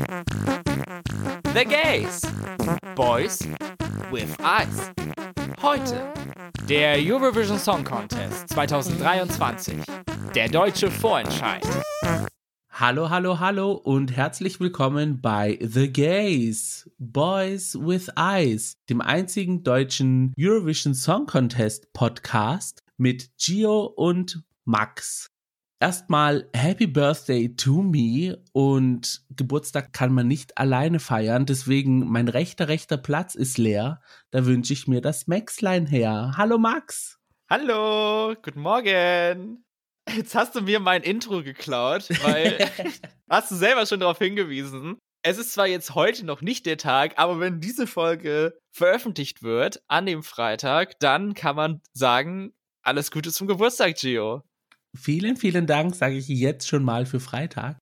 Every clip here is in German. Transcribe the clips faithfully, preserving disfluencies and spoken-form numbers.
The Gays. Boys with Eyes. Heute der Eurovision Song Contest zwanzig dreiundzwanzig. Der deutsche Vorentscheid. Hallo, hallo, hallo und herzlich willkommen bei The Gays, Boys with Eyes, dem einzigen deutschen Eurovision Song Contest Podcast mit Gio und Max. Erstmal Happy Birthday to me, und Geburtstag kann man nicht alleine feiern, deswegen mein rechter, rechter Platz ist leer. Da wünsche ich mir das Maxlein her. Hallo Max. Hallo, guten Morgen. Jetzt hast du mir mein Intro geklaut, weil hast du selber schon darauf hingewiesen. Es ist zwar jetzt heute noch nicht der Tag, aber wenn diese Folge veröffentlicht wird an dem Freitag, dann kann man sagen, alles Gute zum Geburtstag, Gio. Vielen, vielen Dank, sage ich jetzt schon mal für Freitag.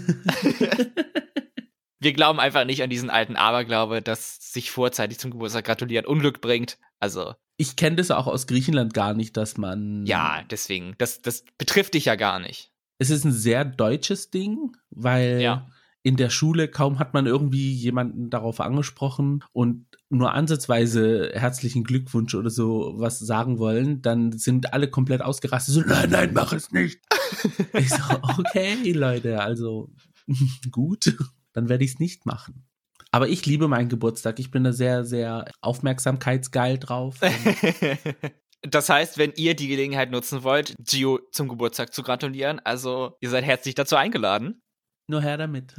Wir glauben einfach nicht an diesen alten Aberglaube, dass sich vorzeitig zum Geburtstag gratulieren Unglück bringt. Also ich kenne das auch aus Griechenland gar nicht, dass man... Ja, deswegen, das, das betrifft dich ja gar nicht. Es ist ein sehr deutsches Ding, weil ja. in der Schule kaum hat man irgendwie jemanden darauf angesprochen und nur ansatzweise herzlichen Glückwunsch oder so was sagen wollen, dann sind alle komplett ausgerastet, so nein, nein, mach es nicht. Ich so, okay, Leute, also gut, dann werde ich es nicht machen. Aber ich liebe meinen Geburtstag, ich bin da sehr, sehr aufmerksamkeitsgeil drauf. Das heißt, wenn ihr die Gelegenheit nutzen wollt, Gio zum Geburtstag zu gratulieren, also ihr seid herzlich dazu eingeladen. Nur her damit.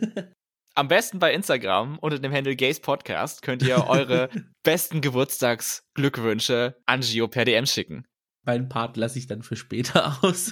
Am besten bei Instagram unter dem Handle Gays Podcast könnt ihr eure besten Geburtstagsglückwünsche an Gio per D M schicken. Meinen Part lasse ich dann für später aus.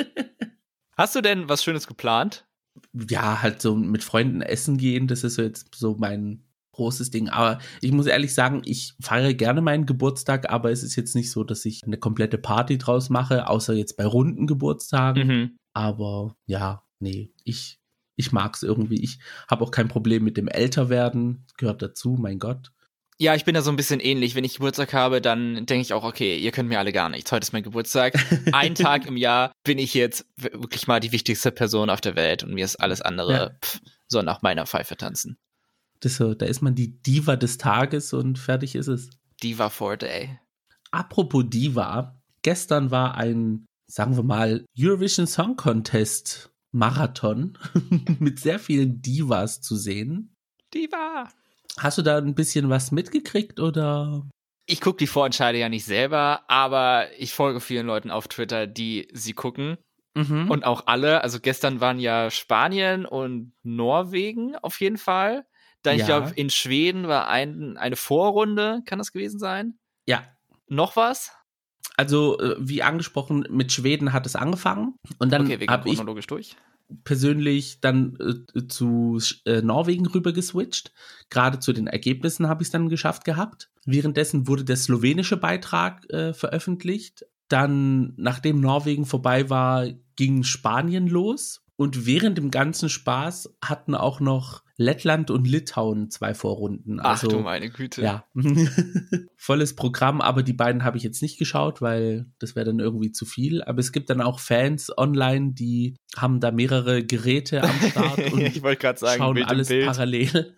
Hast du denn was Schönes geplant? Ja, halt so mit Freunden essen gehen, das ist so jetzt so mein großes Ding. Aber ich muss ehrlich sagen, ich feiere gerne meinen Geburtstag, aber es ist jetzt nicht so, dass ich eine komplette Party draus mache, außer jetzt bei runden Geburtstagen. Mhm. Aber ja, nee, ich, ich mag es irgendwie. Ich habe auch kein Problem mit dem Älterwerden, gehört dazu, mein Gott. Ja, ich bin da so ein bisschen ähnlich. Wenn ich Geburtstag habe, dann denke ich auch, okay, ihr könnt mir alle gar nichts. Heute ist mein Geburtstag. Ein Tag im Jahr bin ich jetzt wirklich mal die wichtigste Person auf der Welt und mir ist alles andere, ja. pff, so nach meiner Pfeife tanzen. Das so, da ist man die Diva des Tages und fertig ist es. Diva for a day. Apropos Diva, gestern war ein, sagen wir mal, Eurovision Song Contest Marathon mit sehr vielen Divas zu sehen. Diva! Hast du da ein bisschen was mitgekriegt, oder? Ich gucke die Vorentscheide ja nicht selber, aber ich folge vielen Leuten auf Twitter, die sie gucken. Mhm. Und auch alle, also gestern waren ja Spanien und Norwegen auf jeden Fall. Dann, ja. Ich glaube, in Schweden war ein, eine Vorrunde, kann das gewesen sein? Ja. Noch was? Also, wie angesprochen, mit Schweden hat es angefangen. Und dann okay, wir habe gehen ich chronologisch durch. persönlich dann äh, zu äh, Norwegen rüber geswitcht. Gerade zu den Ergebnissen habe ich es dann geschafft gehabt. Währenddessen wurde der slowenische Beitrag äh, veröffentlicht. Dann, nachdem Norwegen vorbei war, ging Spanien los. Und während dem ganzen Spaß hatten auch noch Lettland und Litauen zwei Vorrunden. Also, ach du meine Güte. Ja, volles Programm, aber die beiden habe ich jetzt nicht geschaut, weil das wäre dann irgendwie zu viel. Aber es gibt dann auch Fans online, die haben da mehrere Geräte am Start und ich wollte gerade sagen, schauen Bild alles Bild. parallel.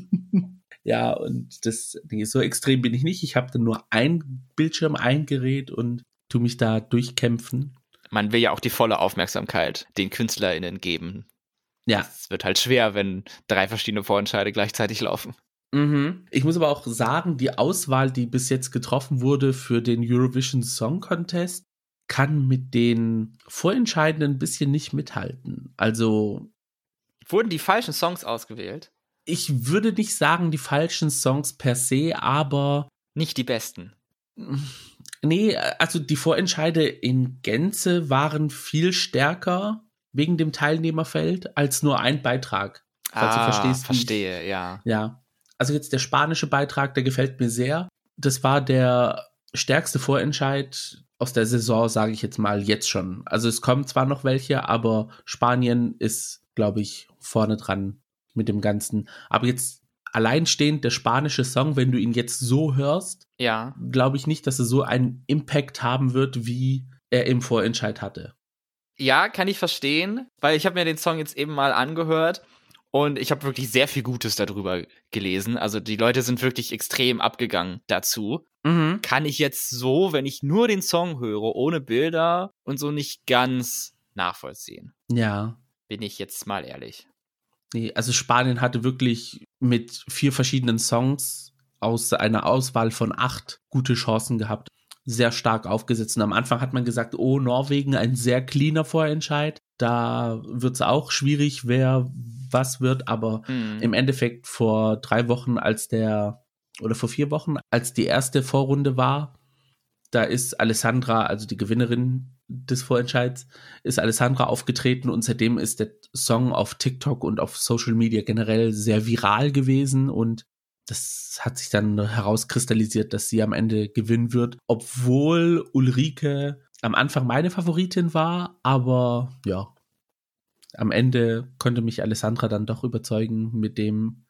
Ja, und das, so extrem bin ich nicht. Ich habe dann nur ein Bildschirm, ein Gerät und tu mich da durchkämpfen. Man will ja auch die volle Aufmerksamkeit den KünstlerInnen geben. Ja. Es wird halt schwer, wenn drei verschiedene Vorentscheide gleichzeitig laufen. Mhm. Ich muss aber auch sagen, die Auswahl, die bis jetzt getroffen wurde für den Eurovision Song Contest, kann mit den Vorentscheiden ein bisschen nicht mithalten. Also wurden die falschen Songs ausgewählt? Ich würde nicht sagen, die falschen Songs per se, aber nicht die besten. Nee, also die Vorentscheide in Gänze waren viel stärker wegen dem Teilnehmerfeld als nur ein Beitrag. Falls ah, du verstehst. verstehe, ich, ja. Ja, also jetzt der spanische Beitrag, der gefällt mir sehr. Das war der stärkste Vorentscheid aus der Saison, sage ich jetzt mal, jetzt schon. Also es kommen zwar noch welche, aber Spanien ist, glaube ich, vorne dran mit dem Ganzen. Aber jetzt alleinstehend der spanische Song, wenn du ihn jetzt so hörst, ja, glaube ich nicht, dass er so einen Impact haben wird, wie er im Vorentscheid hatte. Ja, kann ich verstehen, weil ich habe mir den Song jetzt eben mal angehört Und ich habe wirklich sehr viel Gutes darüber gelesen. Also die Leute sind wirklich extrem abgegangen dazu. Mhm. Kann ich jetzt so, wenn ich nur den Song höre, ohne Bilder und so, nicht ganz nachvollziehen. Ja. Bin ich jetzt mal ehrlich. Nee, also Spanien hatte wirklich mit vier verschiedenen Songs aus einer Auswahl von acht gute Chancen gehabt. Sehr stark aufgesetzt. Und am Anfang hat man gesagt, oh, Norwegen, ein sehr cleaner Vorentscheid. Da wird es auch schwierig, wer was wird. Aber Mhm. im Endeffekt vor drei Wochen, als der, oder vor vier Wochen, als die erste Vorrunde war, da ist Alessandra, also die Gewinnerin des Vorentscheids, ist Alessandra aufgetreten und seitdem ist der Song auf TikTok und auf Social Media generell sehr viral gewesen und das hat sich dann herauskristallisiert, dass sie am Ende gewinnen wird, obwohl Ulrike am Anfang meine Favoritin war, aber ja, am Ende konnte mich Alessandra dann doch überzeugen mit dem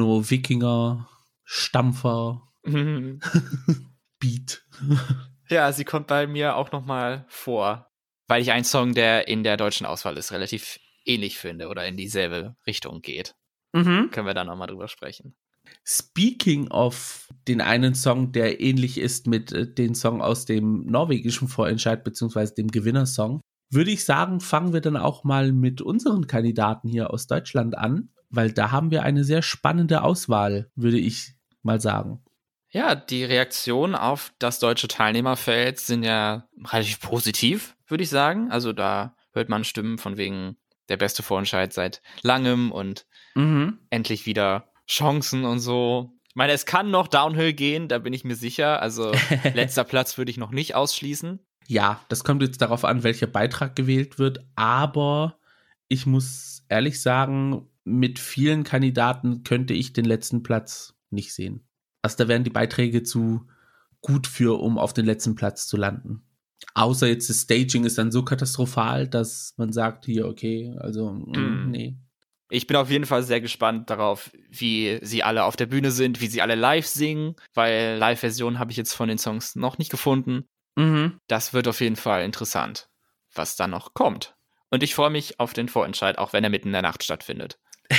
Ethno-Wikinger-Stampfer Mhm. Beat. Ja, sie kommt bei mir auch nochmal vor, weil ich einen Song, der in der deutschen Auswahl ist, relativ ähnlich finde oder in dieselbe Richtung geht. Mhm. Können wir da nochmal drüber sprechen. Speaking of den einen Song, der ähnlich ist mit äh, dem Song aus dem norwegischen Vorentscheid, beziehungsweise dem Gewinnersong, würde ich sagen, fangen wir dann auch mal mit unseren Kandidaten hier aus Deutschland an, weil da haben wir eine sehr spannende Auswahl, würde ich mal sagen. Ja, die Reaktionen auf das deutsche Teilnehmerfeld sind ja relativ positiv, würde ich sagen. Also da hört man Stimmen von wegen der beste Vorentscheid seit langem und Mhm. endlich wieder Chancen und so. Ich meine, es kann noch Downhill gehen, da bin ich mir sicher. Also letzter Platz würde ich noch nicht ausschließen. Ja, das kommt jetzt darauf an, welcher Beitrag gewählt wird, aber ich muss ehrlich sagen, mit vielen Kandidaten könnte ich den letzten Platz nicht sehen. Also da wären die Beiträge zu gut für, um auf den letzten Platz zu landen. Außer jetzt das Staging ist dann so katastrophal, dass man sagt, hier, okay, also, mm, nee. Ich bin auf jeden Fall sehr gespannt darauf, wie sie alle auf der Bühne sind, wie sie alle live singen, weil Live-Versionen habe ich jetzt von den Songs noch nicht gefunden. Mhm. Das wird auf jeden Fall interessant, was da noch kommt. Und ich freue mich auf den Vorentscheid, auch wenn er mitten in der Nacht stattfindet.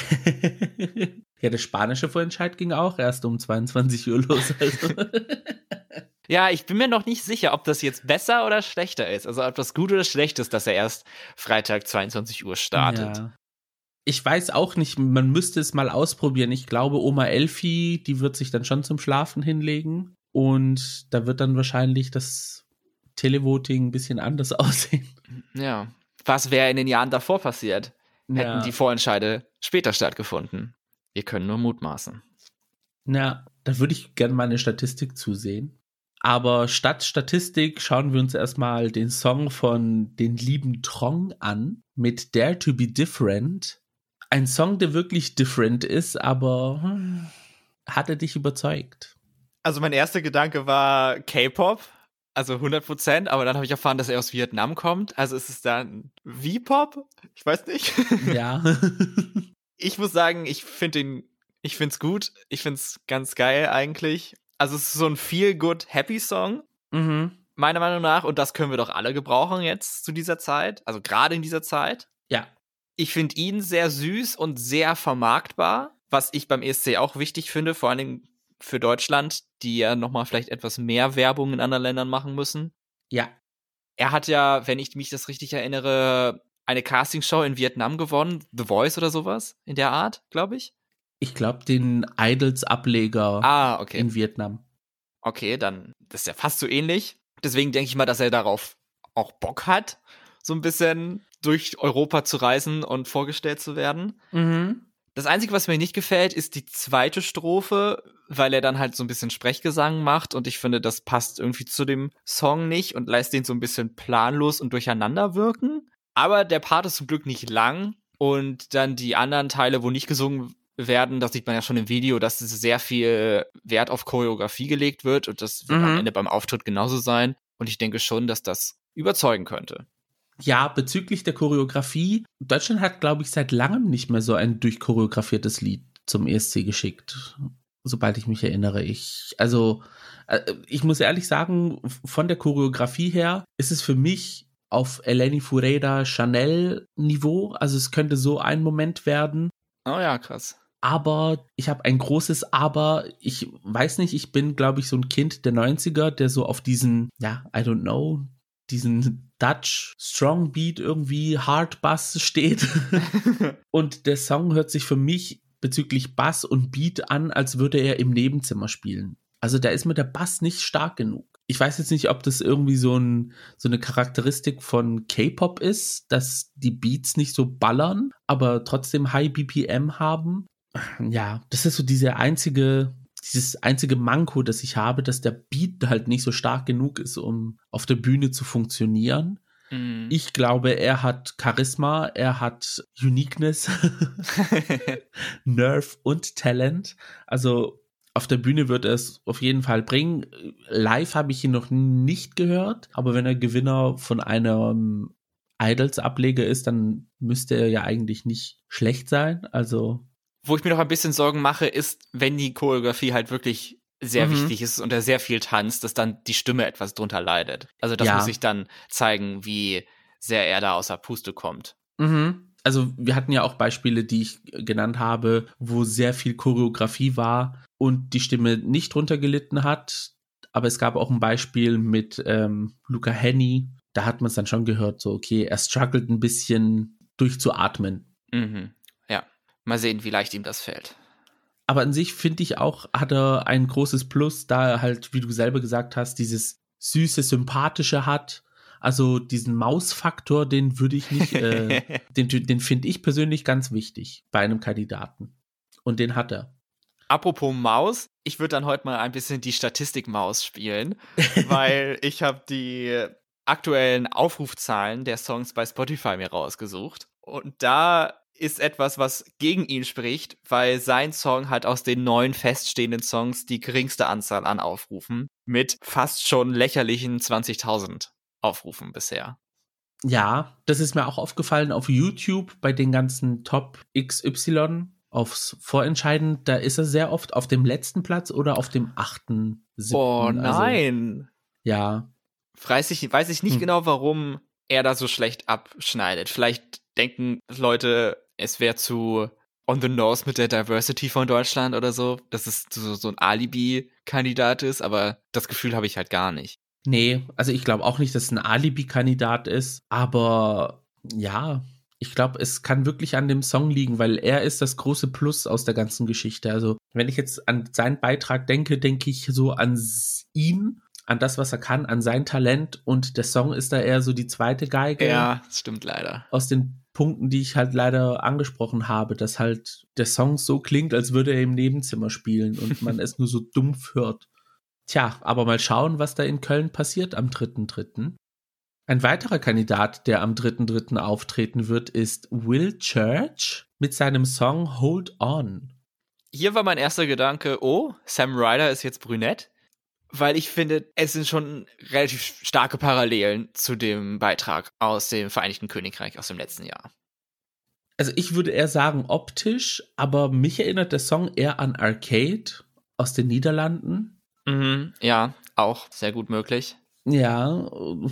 Ja, der spanische Vorentscheid ging auch erst um zweiundzwanzig Uhr los. Also. Ja, ich bin mir noch nicht sicher, ob das jetzt besser oder schlechter ist. Also ob das gut oder schlecht ist, dass er erst Freitag zweiundzwanzig Uhr startet. Ja. Ich weiß auch nicht, man müsste es mal ausprobieren. Ich glaube, Oma Elfi, die wird sich dann schon zum Schlafen hinlegen. Und da wird dann wahrscheinlich das Televoting ein bisschen anders aussehen. Ja, was wäre in den Jahren davor passiert? Hätten Ja. die Vorentscheide später stattgefunden. Wir können nur mutmaßen. Na, da würde ich gerne mal eine Statistik zusehen. Aber statt Statistik schauen wir uns erstmal den Song von den lieben Trong an mit Dare to be Different. Ein Song, der wirklich different ist, aber hm, hat er dich überzeugt? Also mein erster Gedanke war K-Pop, also hundert Prozent, aber dann habe ich erfahren, dass er aus Vietnam kommt. Also ist es dann V-Pop? Ich weiß nicht. Ja. Ich muss sagen, ich finde ihn, ich finde es gut. Ich finde es ganz geil eigentlich. Also es ist so ein Feel-Good-Happy-Song, Mhm. meiner Meinung nach. Und das können wir doch alle gebrauchen jetzt zu dieser Zeit. Also gerade in dieser Zeit. Ja. Ich finde ihn sehr süß und sehr vermarktbar, was ich beim E S C auch wichtig finde, vor allen Dingen für Deutschland, die ja nochmal vielleicht etwas mehr Werbung in anderen Ländern machen müssen. Ja. Er hat ja, wenn ich mich das richtig erinnere, eine Castingshow in Vietnam gewonnen, The Voice oder sowas in der Art, glaube ich. Ich glaube, den Idols-Ableger Ah, okay. in Vietnam. Okay, dann das ist ja fast so ähnlich. Deswegen denke ich mal, dass er darauf auch Bock hat, so ein bisschen durch Europa zu reisen und vorgestellt zu werden. Mhm. Das Einzige, was mir nicht gefällt, ist die zweite Strophe, weil er dann halt so ein bisschen Sprechgesang macht und ich finde, das passt irgendwie zu dem Song nicht und lässt den so ein bisschen planlos und durcheinander wirken. Aber der Part ist zum Glück nicht lang und dann die anderen Teile, wo nicht gesungen werden, das sieht man ja schon im Video, dass sehr viel Wert auf Choreografie gelegt wird und das wird Mhm. am Ende beim Auftritt genauso sein und ich denke schon, dass das überzeugen könnte. Ja, bezüglich der Choreografie, Deutschland hat, glaube ich, seit langem nicht mehr so ein durchchoreografiertes Lied zum E S C geschickt, sobald ich mich erinnere. Ich, also, äh, ich muss ehrlich sagen, von der Choreografie her ist es für mich auf Eleni Foureira Chanel Niveau, also es könnte so ein Moment werden. Oh ja, krass. Aber ich habe ein großes Aber. Ich weiß nicht, ich bin, glaube ich, so ein Kind der neunziger, der so auf diesen, ja, I don't know, diesen Dutch Strong Beat irgendwie Hard Bass steht. Und der Song hört sich für mich bezüglich Bass und Beat an, als würde er im Nebenzimmer spielen. Also da ist mir der Bass nicht stark genug. Ich weiß jetzt nicht, ob das irgendwie so, ein, so eine Charakteristik von K-Pop ist, dass die Beats nicht so ballern, aber trotzdem High B P M haben. Ja, das ist so diese einzige, dieses einzige Manko, das ich habe, dass der Beat halt nicht so stark genug ist, um auf der Bühne zu funktionieren. Mhm. Ich glaube, er hat Charisma, er hat Uniqueness, Nerve und Talent. Also auf der Bühne wird er es auf jeden Fall bringen. Live habe ich ihn noch nicht gehört, aber wenn er Gewinner von einem Idols-Ableger ist, dann müsste er ja eigentlich nicht schlecht sein. Also wo ich mir noch ein bisschen Sorgen mache, ist, wenn die Choreografie halt wirklich sehr mhm. wichtig ist und er sehr viel tanzt, dass dann die Stimme etwas drunter leidet. Also das ja. muss ich dann zeigen, wie sehr er da außer Puste kommt. Mhm. Also wir hatten ja auch Beispiele, die ich genannt habe, wo sehr viel Choreografie war und die Stimme nicht drunter gelitten hat. Aber es gab auch ein Beispiel mit ähm, Luca Hänni. Da hat man es dann schon gehört, so okay, er struggelt ein bisschen durchzuatmen. Mhm. Ja, mal sehen, wie leicht ihm das fällt. Aber an sich finde ich auch, hat er ein großes Plus, da er halt, wie du selber gesagt hast, dieses süße, sympathische hat. Also diesen Mausfaktor, den würde ich nicht, äh, den, den finde ich persönlich ganz wichtig bei einem Kandidaten. Und den hat er. Apropos Maus, ich würde dann heute mal ein bisschen die Statistik-Maus spielen, weil ich habe die aktuellen Aufrufzahlen der Songs bei Spotify mir rausgesucht. Und da ist etwas, was gegen ihn spricht, weil sein Song hat aus den neun feststehenden Songs die geringste Anzahl an Aufrufen mit fast schon lächerlichen zwanzigtausend Aufrufen bisher. Ja, das ist mir auch aufgefallen auf YouTube bei den ganzen Top X Y aufs Vorentscheiden. Da ist er sehr oft auf dem letzten Platz oder auf dem achten, siebten. Oh nein. Also, ja. Weiß ich, weiß ich nicht hm. genau, warum er da so schlecht abschneidet. Vielleicht denken Leute, es wäre zu on the nose mit der Diversity von Deutschland oder so, dass es so, so ein Alibi-Kandidat ist, aber das Gefühl habe ich halt gar nicht. Nee, also ich glaube auch nicht, dass es ein Alibi-Kandidat ist, aber ja, ich glaube, es kann wirklich an dem Song liegen, weil er ist das große Plus aus der ganzen Geschichte. Also wenn ich jetzt an seinen Beitrag denke, denke ich so an ihn, an das, was er kann, an sein Talent und der Song ist da eher so die zweite Geige. Ja, das stimmt leider. Aus den Punkten, die ich halt leider angesprochen habe, dass halt der Song so klingt, als würde er im Nebenzimmer spielen und man es nur so dumpf hört. Tja, aber mal schauen, was da in Köln passiert am dritten dritten Ein weiterer Kandidat, der am dritten dritten auftreten wird, ist Will Church mit seinem Song Hold On. Hier war mein erster Gedanke, oh, Sam Ryder ist jetzt brünett, weil ich finde, es sind schon relativ starke Parallelen zu dem Beitrag aus dem Vereinigten Königreich aus dem letzten Jahr. Also ich würde eher sagen optisch, aber mich erinnert der Song eher an Arcade aus den Niederlanden. Mhm, ja, auch sehr gut möglich. Ja.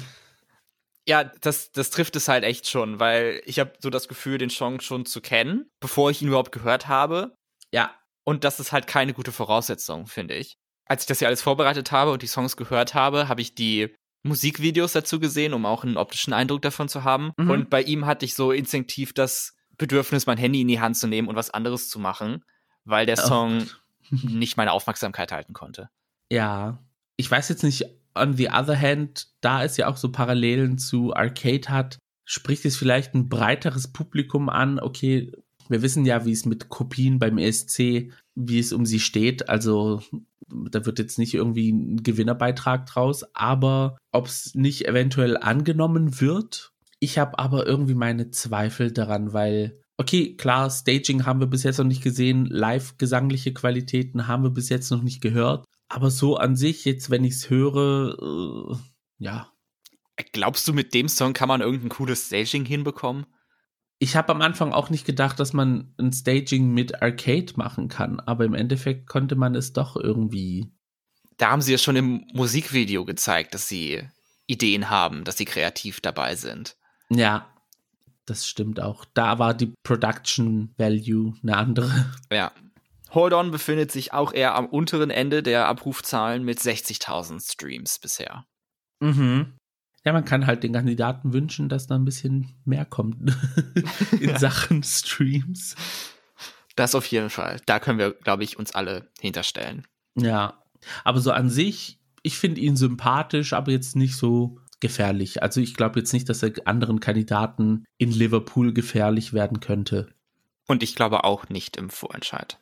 Ja, das, das trifft es halt echt schon, weil ich habe so das Gefühl, den Song schon zu kennen, bevor ich ihn überhaupt gehört habe. Ja. Und das ist halt keine gute Voraussetzung, finde ich. Als ich das hier alles vorbereitet habe und die Songs gehört habe, habe ich die Musikvideos dazu gesehen, um auch einen optischen Eindruck davon zu haben. Mhm. Und bei ihm hatte ich so instinktiv das Bedürfnis, mein Handy in die Hand zu nehmen und was anderes zu machen, weil der Song oh. nicht meine Aufmerksamkeit halten konnte. Ja, ich weiß jetzt nicht, on the other hand, da es ja auch so Parallelen zu Arcade hat, spricht es vielleicht ein breiteres Publikum an. Okay, wir wissen ja, wie es mit Kopien beim E S C, wie es um sie steht. Also da wird jetzt nicht irgendwie ein Gewinnerbeitrag draus, aber ob es nicht eventuell angenommen wird. Ich habe aber irgendwie meine Zweifel daran, weil, okay, klar, Staging haben wir bis jetzt noch nicht gesehen, live-gesangliche Qualitäten haben wir bis jetzt noch nicht gehört. Aber so an sich, jetzt wenn ich es höre, äh, ja. Glaubst du, mit dem Song kann man irgendein cooles Staging hinbekommen? Ich habe am Anfang auch nicht gedacht, dass man ein Staging mit Arcade machen kann, aber im Endeffekt konnte man es doch irgendwie. Da haben sie ja schon im Musikvideo gezeigt, dass sie Ideen haben, dass sie kreativ dabei sind. Ja. das stimmt auch. Da war die Production Value eine andere. Ja. Hold On befindet sich auch eher am unteren Ende der Abrufzahlen mit sechzigtausend Streams bisher. Mhm. Ja, man kann halt den Kandidaten wünschen, dass da ein bisschen mehr kommt in Ja. Sachen Streams. Das auf jeden Fall. Da können wir, glaube ich, uns alle hinterstellen. Ja, aber so an sich, ich finde ihn sympathisch, aber jetzt nicht so gefährlich. Also ich glaube jetzt nicht, dass er anderen Kandidaten in Liverpool gefährlich werden könnte. Und ich glaube auch nicht im Vorentscheid.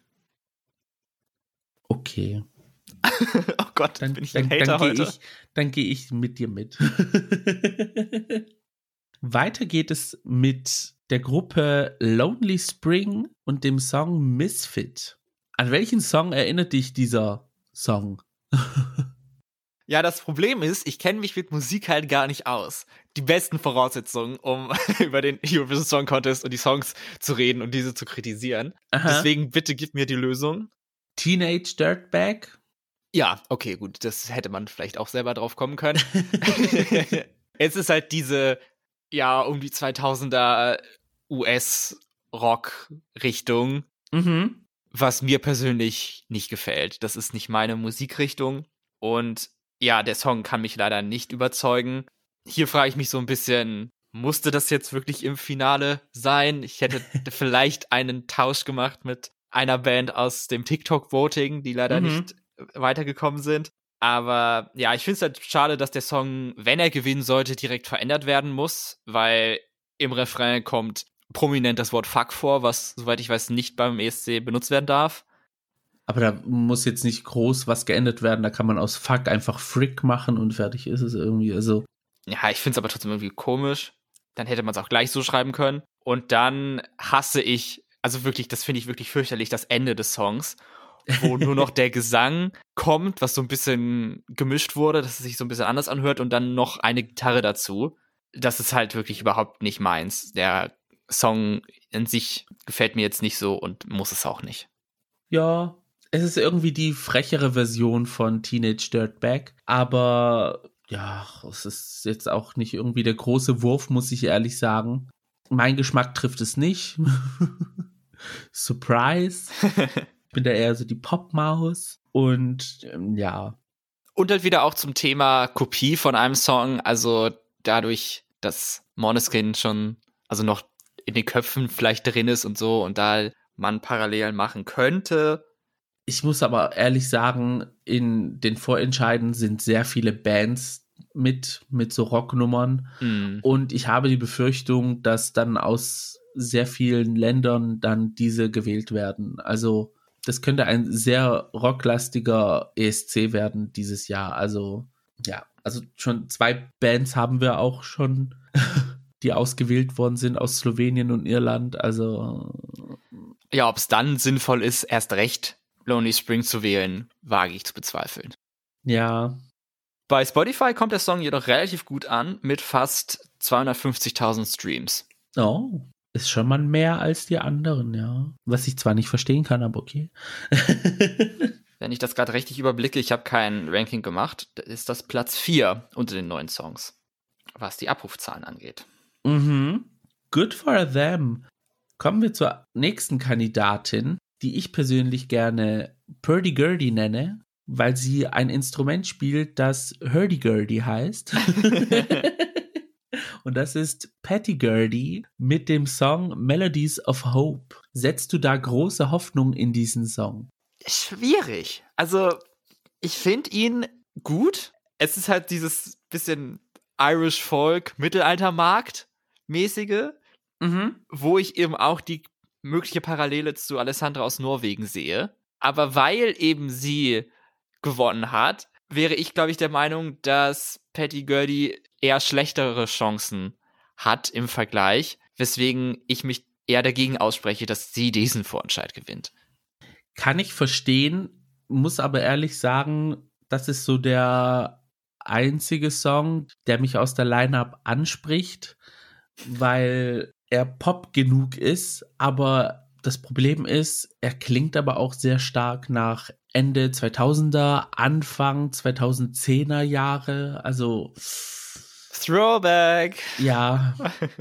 Okay. Oh Gott, Dann, bin ich dann, ein Hater dann gehe heute? ich, dann gehe ich mit dir mit. Weiter geht es mit der Gruppe Lonely Spring und dem Song Misfit. An welchen Song erinnert dich dieser Song? Ja, das Problem ist, ich kenne mich mit Musik halt gar nicht aus. Die besten Voraussetzungen, um über den Eurovision Song Contest und die Songs zu reden und diese zu kritisieren. Aha. Deswegen bitte gib mir die Lösung. Teenage Dirtbag? Ja, okay, gut, das hätte man vielleicht auch selber drauf kommen können. Es ist halt diese, ja, um die zweitausender U S-Rock-Richtung, Mhm. was mir persönlich nicht gefällt. Das ist nicht meine Musikrichtung und ja, der Song kann mich leider nicht überzeugen. Hier frage ich mich so ein bisschen, musste das jetzt wirklich im Finale sein? Ich hätte vielleicht einen Tausch gemacht mit einer Band aus dem TikTok-Voting, die leider Mhm. nicht weitergekommen sind. Aber ja, ich finde es halt schade, dass der Song, wenn er gewinnen sollte, direkt verändert werden muss, weil im Refrain kommt prominent das Wort Fuck vor, was, soweit ich weiß, nicht beim E S C benutzt werden darf. Aber da muss jetzt nicht groß was geändert werden. Da kann man aus Fuck einfach Frick machen und fertig ist es irgendwie. Also Ja, ich finde es aber trotzdem irgendwie komisch. Dann hätte man es auch gleich so schreiben können. Und dann hasse ich, also wirklich, das finde ich wirklich fürchterlich, das Ende des Songs, wo nur noch der Gesang kommt, was so ein bisschen gemischt wurde, dass es sich so ein bisschen anders anhört und dann noch eine Gitarre dazu. Das ist halt wirklich überhaupt nicht meins. Der Song in sich gefällt mir jetzt nicht so und muss es auch nicht. ja, es ist irgendwie die frechere Version von Teenage Dirtbag. Aber ja, es ist jetzt auch nicht irgendwie der große Wurf, muss ich ehrlich sagen. Mein Geschmack trifft es nicht. Surprise. Ich bin da eher so die Popmaus. Und ähm, ja. Und halt wieder auch zum Thema Kopie von einem Song. Also dadurch, dass Måneskin schon, also noch in den Köpfen vielleicht drin ist und so und da man Parallelen machen könnte. Ich muss aber ehrlich sagen, in den Vorentscheiden sind sehr viele Bands mit, mit so Rocknummern. Mm. Und ich habe die Befürchtung, dass dann aus sehr vielen Ländern dann diese gewählt werden. Also das könnte ein sehr rocklastiger E S C werden dieses Jahr. Also ja, also schon zwei Bands haben wir auch schon, die ausgewählt worden sind aus Slowenien und Irland. Also Ja, ob es dann sinnvoll ist, erst recht Lonely Spring zu wählen, wage ich zu bezweifeln. ja, Bei Spotify kommt der Song jedoch relativ gut an mit fast zweihundertfünfzigtausend Streams. oh, ist schon mal mehr als die anderen, ja. Was ich zwar nicht verstehen kann, aber okay. Wenn ich das gerade richtig überblicke, ich habe kein Ranking gemacht, ist das Platz vier unter den neuen Songs, was die Abrufzahlen angeht. Mhm. Good for them. Kommen wir zur nächsten Kandidatin, die ich persönlich gerne Purdy-Gurdy nenne, weil sie ein Instrument spielt, das Hurdy-Gurdy heißt. Und das ist Patty Gurdy mit dem Song Melodies of Hope. Setzt du da große Hoffnung in diesen Song? Schwierig. Also, ich finde ihn gut. Es ist halt dieses bisschen Irish Folk, Mittelaltermarkt-mäßige, Mhm. wo ich eben auch die mögliche Parallele zu Alessandra aus Norwegen sehe. Aber weil eben sie gewonnen hat, wäre ich, glaube ich, der Meinung, dass Patty Gurdy eher schlechtere Chancen hat im Vergleich, weswegen ich mich eher dagegen ausspreche, dass sie diesen Vorentscheid gewinnt. Kann ich verstehen, muss aber ehrlich sagen, das ist so der einzige Song, der mich aus der Line-Up anspricht, weil er Pop genug ist, aber das Problem ist, er klingt aber auch sehr stark nach Ende zweitausender, Anfang zweitausendzehner Jahre, also Throwback! ja,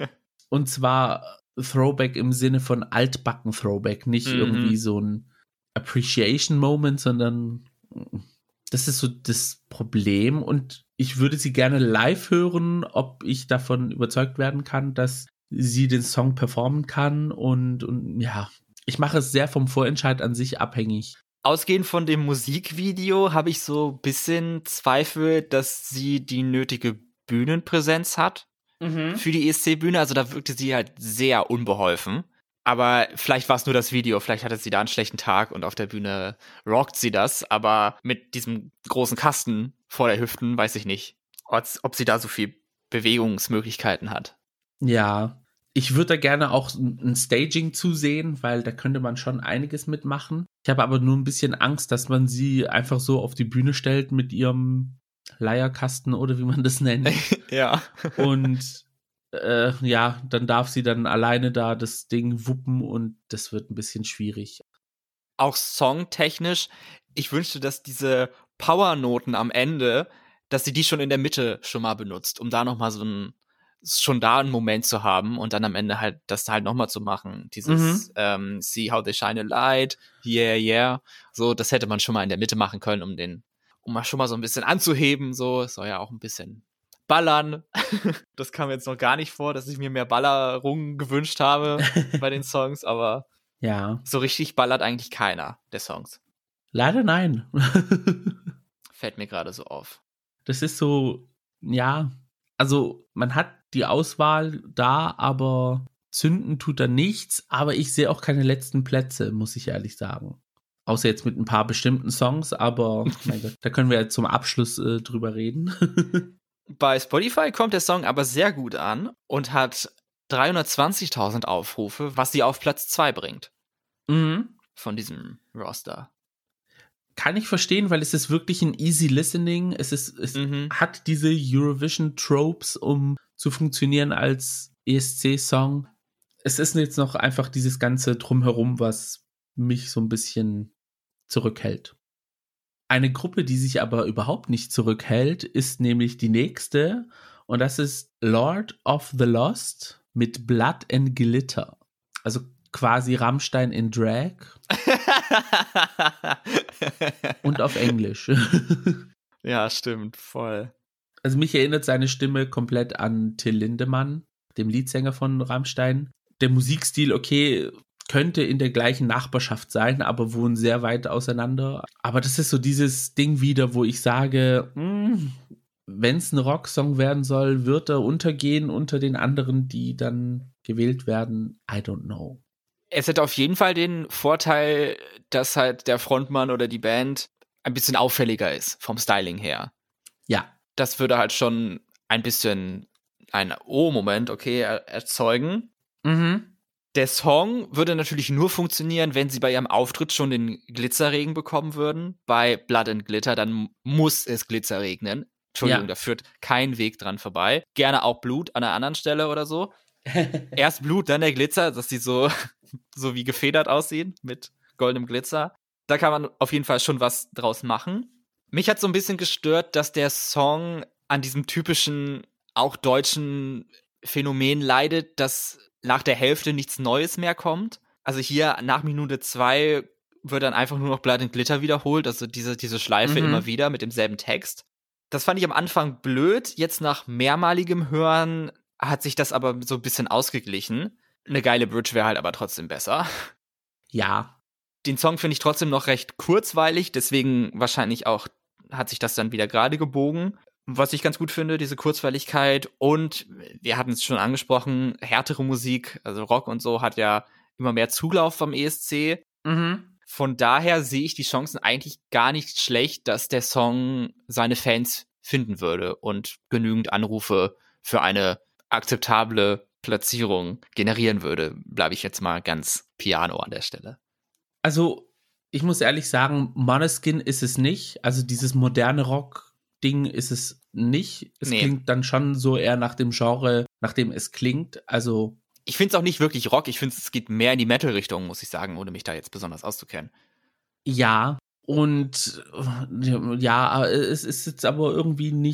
Und zwar Throwback im Sinne von altbacken Throwback, nicht mhm. irgendwie so ein Appreciation Moment, sondern das ist so das Problem. Und ich würde sie gerne live hören, ob ich davon überzeugt werden kann, dass sie den Song performen kann. Und, und ja, ich mache es sehr vom Vorentscheid an sich abhängig. Ausgehend von dem Musikvideo habe ich so ein bisschen Zweifel, dass sie die nötige Bühnenpräsenz hat mhm. für die E S C-Bühne. Also da wirkte sie halt sehr unbeholfen. Aber vielleicht war es nur das Video, vielleicht hatte sie da einen schlechten Tag und auf der Bühne rockt sie das. Aber mit diesem großen Kasten vor der Hüften weiß ich nicht, ob sie da so viel Bewegungsmöglichkeiten hat. Ja, ich würde da gerne auch ein Staging zusehen, weil da könnte man schon einiges mitmachen. Ich habe aber nur ein bisschen Angst, dass man sie einfach so auf die Bühne stellt mit ihrem Leierkasten oder wie man das nennt. Ja. Und Äh, ja, dann darf sie dann alleine da das Ding wuppen und das wird ein bisschen schwierig. Auch songtechnisch, ich wünschte, dass diese Powernoten am Ende, dass sie die schon in der Mitte schon mal benutzt, um da nochmal so ein, schon da einen Moment zu haben und dann am Ende halt das halt nochmal zu machen. Dieses mhm. ähm, See how they shine a light, yeah, yeah. So, das hätte man schon mal in der Mitte machen können, um den, um mal schon mal so ein bisschen anzuheben. So, es soll ja auch ein bisschen ballern. Das kam jetzt noch gar nicht vor, dass ich mir mehr Ballerungen gewünscht habe bei den Songs, aber ja, so richtig ballert eigentlich keiner der Songs. Leider nein. Fällt mir gerade so auf. Das ist so, ja, also man hat die Auswahl da, aber zünden tut er nichts, aber ich sehe auch keine letzten Plätze, muss ich ehrlich sagen. Außer jetzt mit ein paar bestimmten Songs, aber mein Gott, da können wir jetzt zum Abschluss äh, drüber reden. Bei Spotify kommt der Song aber sehr gut an und hat dreihundertzwanzigtausend Aufrufe, was sie auf Platz zwei bringt. Mhm. Von diesem Roster. Kann ich verstehen, weil es ist wirklich ein easy listening. Es ist, es mhm. hat diese Eurovision-Tropes, um zu funktionieren als E S C-Song. Es ist jetzt noch einfach dieses ganze Drumherum, was mich so ein bisschen zurückhält. Eine Gruppe, die sich aber überhaupt nicht zurückhält, ist nämlich die nächste. Und das ist Lord of the Lost mit Blood and Glitter. Also quasi Rammstein in Drag. Und auf Englisch. Ja, stimmt, voll. Also mich erinnert seine Stimme komplett an Till Lindemann, dem Leadsänger von Rammstein. Der Musikstil, okay, könnte in der gleichen Nachbarschaft sein, aber wohnen sehr weit auseinander. Aber das ist so dieses Ding wieder, wo ich sage, wenn es ein Rocksong werden soll, wird er untergehen unter den anderen, die dann gewählt werden. I don't know. Es hätte auf jeden Fall den Vorteil, dass halt der Frontmann oder die Band ein bisschen auffälliger ist, vom Styling her. Ja. Das würde halt schon ein bisschen ein Oh-Moment, okay, erzeugen. Mhm. Der Song würde natürlich nur funktionieren, wenn sie bei ihrem Auftritt schon den Glitzerregen bekommen würden. Bei Blood and Glitter, dann muss es Glitzer regnen. Entschuldigung, ja. Da führt kein Weg dran vorbei. Gerne auch Blut an einer anderen Stelle oder so. Erst Blut, dann der Glitzer, dass die so, so wie gefedert aussehen mit goldenem Glitzer. Da kann man auf jeden Fall schon was draus machen. Mich hat so ein bisschen gestört, dass der Song an diesem typischen, auch deutschen Phänomen leidet, dass nach der Hälfte nichts Neues mehr kommt. Also hier nach Minute zwei wird dann einfach nur noch Blood and Glitter wiederholt, also diese, diese Schleife mhm. immer wieder mit demselben Text. Das fand ich am Anfang blöd. Jetzt nach mehrmaligem Hören hat sich das aber so ein bisschen ausgeglichen. Eine geile Bridge wäre halt aber trotzdem besser. Ja. Den Song finde ich trotzdem noch recht kurzweilig, deswegen wahrscheinlich auch hat sich das dann wieder gerade gebogen. Was ich ganz gut finde, diese Kurzweiligkeit. Und wir hatten es schon angesprochen, härtere Musik, also Rock und so, hat ja immer mehr Zulauf vom E S C. Mhm. Von daher sehe ich die Chancen eigentlich gar nicht schlecht, dass der Song seine Fans finden würde und genügend Anrufe für eine akzeptable Platzierung generieren würde. Bleibe ich jetzt mal ganz piano an der Stelle. Also, ich muss ehrlich sagen, Måneskin ist es nicht. Also dieses moderne Rock-Ding ist es nicht. Es nee. klingt dann schon so eher nach dem Genre, nach dem es klingt. Also ich finde es auch nicht wirklich Rock. Ich finde, es geht mehr in die Metal-Richtung, muss ich sagen, ohne mich da jetzt besonders auszukennen. Ja, und ja, es ist jetzt aber irgendwie nicht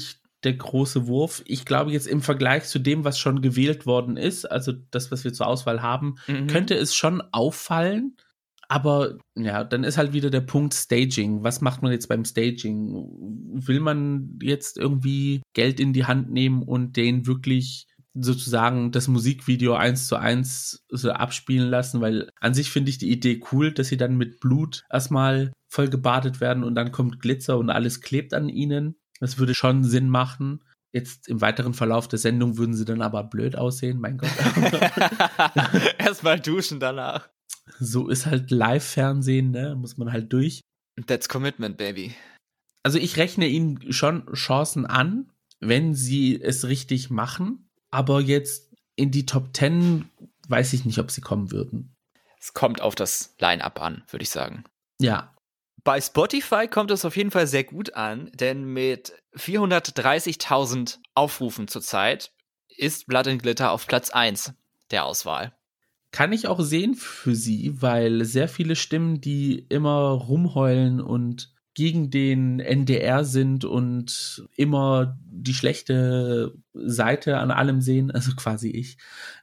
der große Wurf. Ich glaube jetzt im Vergleich zu dem, was schon gewählt worden ist, also das, was wir zur Auswahl haben, mhm. könnte es schon auffallen. Aber ja, dann ist halt wieder der Punkt Staging. Was macht man jetzt beim Staging? Will man jetzt irgendwie Geld in die Hand nehmen und den wirklich sozusagen das Musikvideo eins zu eins so abspielen lassen? Weil an sich finde ich die Idee cool, dass sie dann mit Blut erstmal voll gebadet werden und dann kommt Glitzer und alles klebt an ihnen. Das würde schon Sinn machen. Jetzt im weiteren Verlauf der Sendung würden sie dann aber blöd aussehen, mein Gott. Erstmal duschen danach. So ist halt Live-Fernsehen, ne? Muss man halt durch. That's commitment, baby. Also ich rechne ihnen schon Chancen an, wenn sie es richtig machen. Aber jetzt in die Top Ten weiß ich nicht, ob sie kommen würden. Es kommt auf das Line-Up an, würde ich sagen. Ja. Bei Spotify kommt es auf jeden Fall sehr gut an, denn mit vierhundertdreißigtausend Aufrufen zurzeit ist Blood and Glitter auf Platz eins der Auswahl. Kann ich auch sehen für sie, weil sehr viele Stimmen, die immer rumheulen und gegen den N D R sind und immer die schlechte Seite an allem sehen, also quasi ich.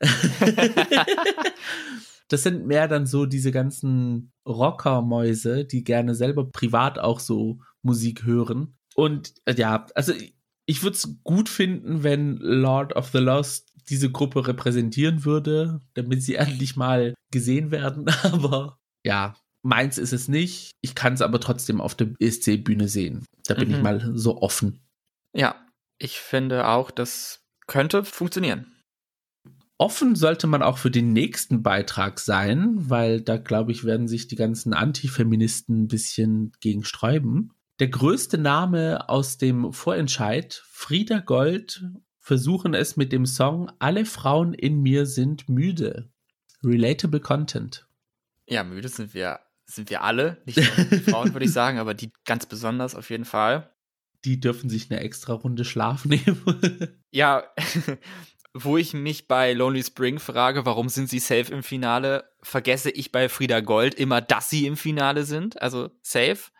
Das sind mehr dann so diese ganzen Rockermäuse, die gerne selber privat auch so Musik hören. Und ja, also ich würde es gut finden, wenn Lord of the Lost diese Gruppe repräsentieren würde, damit sie endlich mal gesehen werden. Aber ja, meins ist es nicht. Ich kann es aber trotzdem auf der E S C-Bühne sehen. Da bin mhm. ich mal so offen. Ja, ich finde auch, das könnte funktionieren. Offen sollte man auch für den nächsten Beitrag sein, weil da, glaube ich, werden sich die ganzen Antifeministen ein bisschen gegen sträuben. Der größte Name aus dem Vorentscheid, Frieda Gold, versuchen es mit dem Song Alle Frauen in mir sind müde. Relatable Content. Ja, müde sind wir, sind wir alle. Nicht nur die Frauen, würde ich sagen, aber die ganz besonders auf jeden Fall. Die dürfen sich eine extra Runde Schlaf nehmen. Ja, wo ich mich bei Lonely Spring frage, warum sind sie safe im Finale, vergesse ich bei Frieda Gold immer, dass sie im Finale sind, also safe.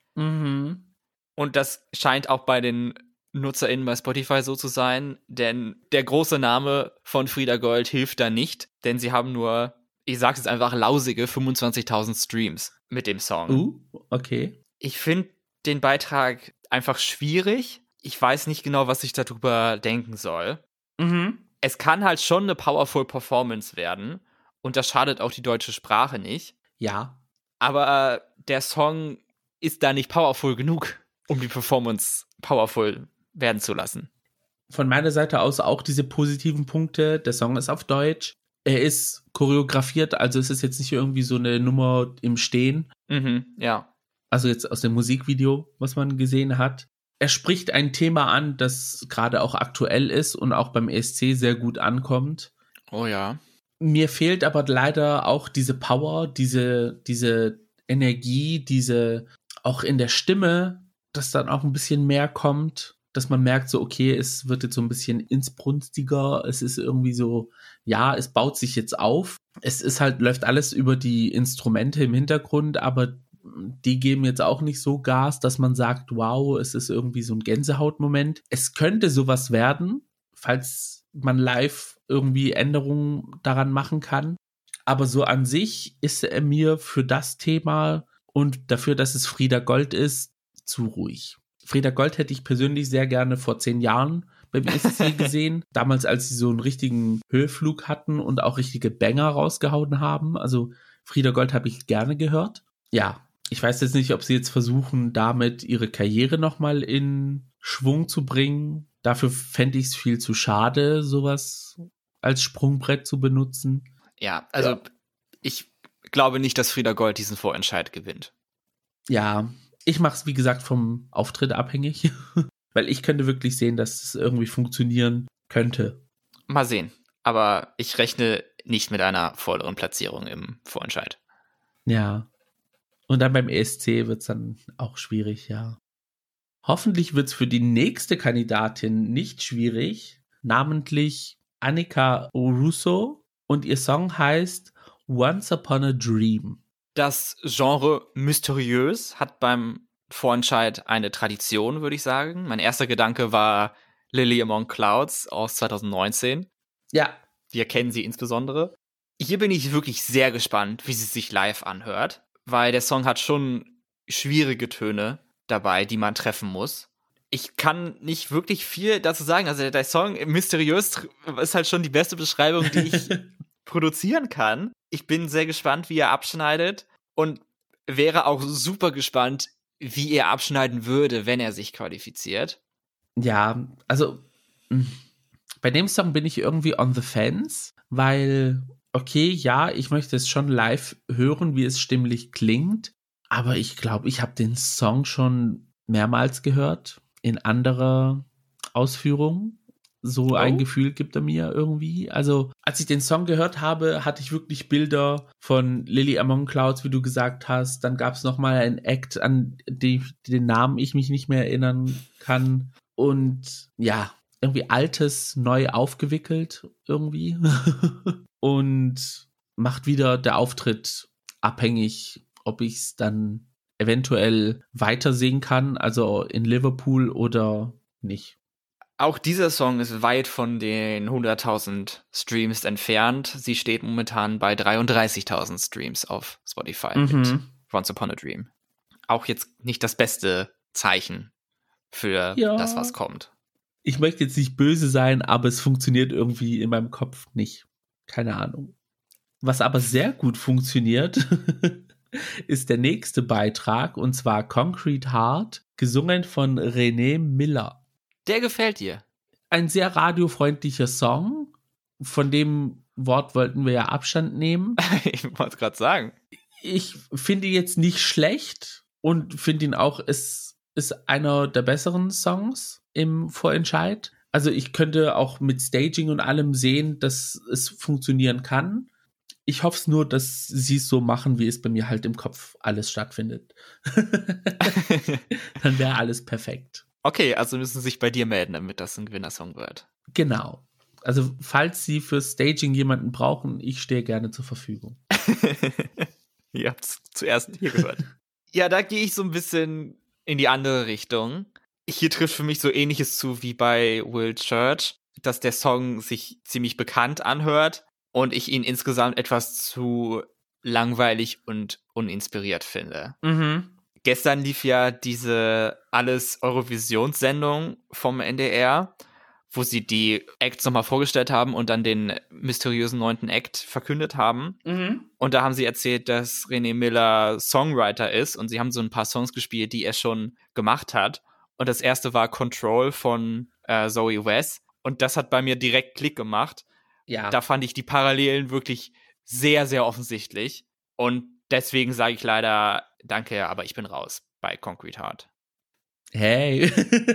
Mhm. Und das scheint auch bei den NutzerInnen bei Spotify so zu sein, denn der große Name von Frieda Gold hilft da nicht, denn sie haben nur, ich sag's jetzt einfach, lausige fünfundzwanzigtausend Streams mit dem Song. Uh, okay. Ich finde den Beitrag einfach schwierig. Ich weiß nicht genau, was ich darüber denken soll. Mhm. Es kann halt schon eine powerful Performance werden und das schadet auch die deutsche Sprache nicht. Ja. Aber der Song ist da nicht powerful genug, um die Performance powerful werden zu lassen. Von meiner Seite aus auch diese positiven Punkte. Der Song ist auf Deutsch. Er ist choreografiert, also es ist jetzt nicht irgendwie so eine Nummer im Stehen. Mhm, ja. Also jetzt aus dem Musikvideo, was man gesehen hat. Er spricht ein Thema an, das gerade auch aktuell ist und auch beim E S C sehr gut ankommt. Oh ja. Mir fehlt aber leider auch diese Power, diese, diese Energie, diese auch in der Stimme, dass dann auch ein bisschen mehr kommt, dass man merkt so, okay, es wird jetzt so ein bisschen insbrunstiger, es ist irgendwie so, ja, es baut sich jetzt auf. Es ist halt, läuft alles über die Instrumente im Hintergrund, aber die geben jetzt auch nicht so Gas, dass man sagt, wow, es ist irgendwie so ein Gänsehautmoment. Es könnte sowas werden, falls man live irgendwie Änderungen daran machen kann. Aber so an sich ist er mir für das Thema und dafür, dass es Frieda Gold ist, zu ruhig. Frieda Gold hätte ich persönlich sehr gerne vor zehn Jahren beim E S C gesehen. Damals, als sie so einen richtigen Höhenflug hatten und auch richtige Banger rausgehauen haben. Also Frieda Gold habe ich gerne gehört. Ja, ich weiß jetzt nicht, ob sie jetzt versuchen, damit ihre Karriere nochmal in Schwung zu bringen. Dafür fände ich es viel zu schade, sowas als Sprungbrett zu benutzen. Ja, also ja. Ich glaube nicht, dass Frieda Gold diesen Vorentscheid gewinnt. Ja, ich mache es, wie gesagt, vom Auftritt abhängig. Weil ich könnte wirklich sehen, dass es irgendwie funktionieren könnte. Mal sehen. Aber ich rechne nicht mit einer vorderen Platzierung im Vorentscheid. Ja. Und dann beim E S C wird es dann auch schwierig, ja. Hoffentlich wird es für die nächste Kandidatin nicht schwierig, namentlich Annika Russo. Und ihr Song heißt Once Upon a Dream. Das Genre mysteriös hat beim Vorentscheid eine Tradition, würde ich sagen. Mein erster Gedanke war Lily Among Clouds aus zwanzig neunzehn. Ja. Wir kennen sie insbesondere. Hier bin ich wirklich sehr gespannt, wie sie sich live anhört, weil der Song hat schon schwierige Töne dabei, die man treffen muss. Ich kann nicht wirklich viel dazu sagen. Also der Song Mysteriös ist halt schon die beste Beschreibung, die ich produzieren kann. Ich bin sehr gespannt, wie er abschneidet und wäre auch super gespannt, wie er abschneiden würde, wenn er sich qualifiziert. Ja, also bei dem Song bin ich irgendwie on the fence, weil, okay, ja, ich möchte es schon live hören, wie es stimmlich klingt, aber ich glaube, ich habe den Song schon mehrmals gehört, in anderer Ausführung. So oh. ein Gefühl gibt er mir irgendwie. Also, als ich den Song gehört habe, hatte ich wirklich Bilder von Lily Among Clouds, wie du gesagt hast. Dann gab es nochmal einen Act, an die, den Namen ich mich nicht mehr erinnern kann. Und ja, irgendwie Altes neu aufgewickelt irgendwie. Und macht wieder der Auftritt abhängig, ob ich es dann eventuell weiter sehen kann, also in Liverpool oder nicht. Auch dieser Song ist weit von den hunderttausend Streams entfernt. Sie steht momentan bei dreiunddreißigtausend Streams auf Spotify mhm. mit Once Upon a Dream. Auch jetzt nicht das beste Zeichen für ja. das, was kommt. Ich möchte jetzt nicht böse sein, aber es funktioniert irgendwie in meinem Kopf nicht. Keine Ahnung. Was aber sehr gut funktioniert, ist der nächste Beitrag, und zwar Concrete Heart, gesungen von René Miller. Der gefällt dir. Ein sehr radiofreundlicher Song. Von dem Wort wollten wir ja Abstand nehmen. Ich wollte es gerade sagen. Ich finde ihn jetzt nicht schlecht und finde ihn auch, es ist einer der besseren Songs im Vorentscheid. Also ich könnte auch mit Staging und allem sehen, dass es funktionieren kann. Ich hoffe es nur, dass sie es so machen, wie es bei mir halt im Kopf alles stattfindet. Dann wäre alles perfekt. Okay, also müssen sie sich bei dir melden, damit das ein Gewinnersong wird. Genau. Also falls sie für Staging jemanden brauchen, ich stehe gerne zur Verfügung. Ihr habt es zuerst hier gehört. Ja, da gehe ich so ein bisschen in die andere Richtung. Hier trifft für mich so Ähnliches zu wie bei Will Church, dass der Song sich ziemlich bekannt anhört und ich ihn insgesamt etwas zu langweilig und uninspiriert finde. Mhm. Gestern lief ja diese Alles-Eurovisions-Sendung vom N D R, wo sie die Acts nochmal vorgestellt haben und dann den mysteriösen neunten Act verkündet haben. Mhm. Und da haben sie erzählt, dass René Miller Songwriter ist und sie haben so ein paar Songs gespielt, die er schon gemacht hat. Und das erste war Control von äh, Zoe Wes. Und das hat bei mir direkt Klick gemacht. Ja. Da fand ich die Parallelen wirklich sehr, sehr offensichtlich. Und deswegen sage ich leider danke, aber ich bin raus bei Concrete Heart. Hey.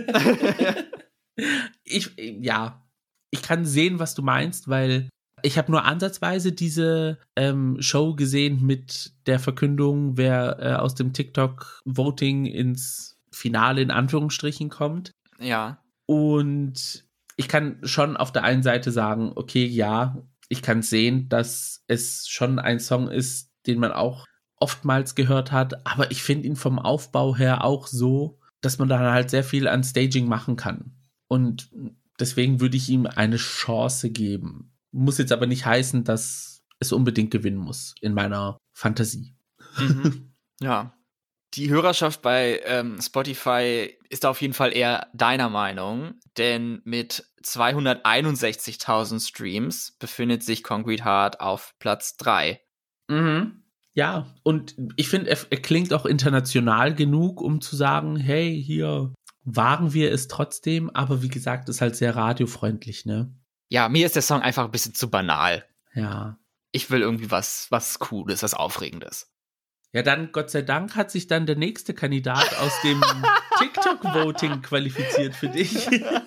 ich, ja, ich kann sehen, was du meinst, weil ich habe nur ansatzweise diese ähm, Show gesehen mit der Verkündung, wer äh, aus dem TikTok-Voting ins Finale in Anführungsstrichen kommt. Ja. Und ich kann schon auf der einen Seite sagen, okay, ja, ich kann sehen, dass es schon ein Song ist, den man auch oftmals gehört hat, aber ich finde ihn vom Aufbau her auch so, dass man da halt sehr viel an Staging machen kann. Und deswegen würde ich ihm eine Chance geben. Muss jetzt aber nicht heißen, dass es unbedingt gewinnen muss, in meiner Fantasie. Mhm. Ja. Die Hörerschaft bei ähm, Spotify ist auf jeden Fall eher deiner Meinung, denn mit zweihunderteinundsechzigtausend Streams befindet sich Concrete Heart auf Platz drei. Mhm. Ja, und ich finde, er, er klingt auch international genug, um zu sagen, hey, hier wagen wir es trotzdem, aber wie gesagt, ist halt sehr radiofreundlich, ne? Ja, mir ist der Song einfach ein bisschen zu banal. Ja. Ich will irgendwie was, was Cooles, was Aufregendes. Ja, dann, Gott sei Dank, hat sich dann der nächste Kandidat aus dem TikTok-Voting qualifiziert für dich.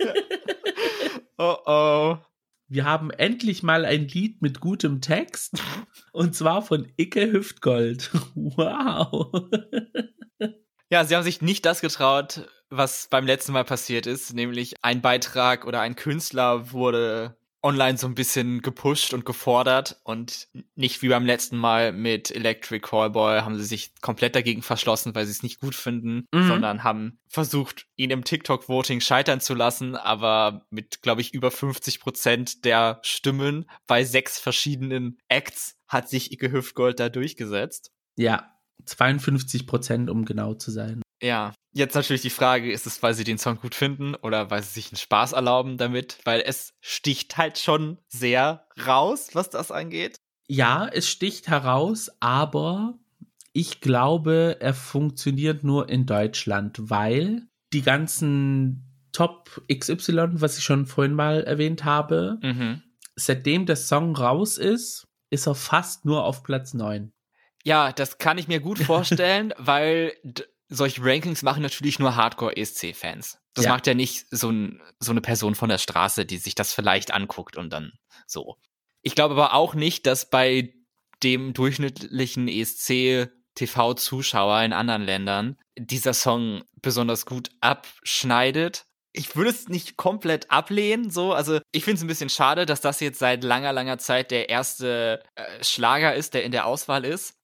Oh oh. Wir haben endlich mal ein Lied mit gutem Text. Und zwar von Icke Hüftgold. Wow. Ja, sie haben sich nicht das getraut, was beim letzten Mal passiert ist. Nämlich ein Beitrag oder ein Künstler wurde online so ein bisschen gepusht und gefordert und nicht wie beim letzten Mal mit Electric Callboy haben sie sich komplett dagegen verschlossen, weil sie es nicht gut finden, mhm. sondern haben versucht, ihn im TikTok-Voting scheitern zu lassen, aber mit, glaube ich, über fünfzig Prozent der Stimmen bei sechs verschiedenen Acts hat sich Icke Hüftgold da durchgesetzt. Ja, zweiundfünfzig Prozent, um genau zu sein. Ja, jetzt natürlich die Frage, ist es, weil sie den Song gut finden oder weil sie sich einen Spaß erlauben damit? Weil es sticht halt schon sehr raus, was das angeht. Ja, es sticht heraus, aber ich glaube, er funktioniert nur in Deutschland, weil die ganzen Top X Y, was ich schon vorhin mal erwähnt habe, mhm. seitdem der Song raus ist, ist er fast nur auf Platz neun. Ja, das kann ich mir gut vorstellen, weil d- solche Rankings machen natürlich nur Hardcore-E S C-Fans. Das ja. macht ja nicht so, ein, so eine Person von der Straße, die sich das vielleicht anguckt und dann so. Ich glaube aber auch nicht, dass bei dem durchschnittlichen E S C-T V-Zuschauer in anderen Ländern dieser Song besonders gut abschneidet. Ich würde es nicht komplett ablehnen, so. Also, ich finde es ein bisschen schade, dass das jetzt seit langer, langer Zeit der erste äh, Schlager ist, der in der Auswahl ist.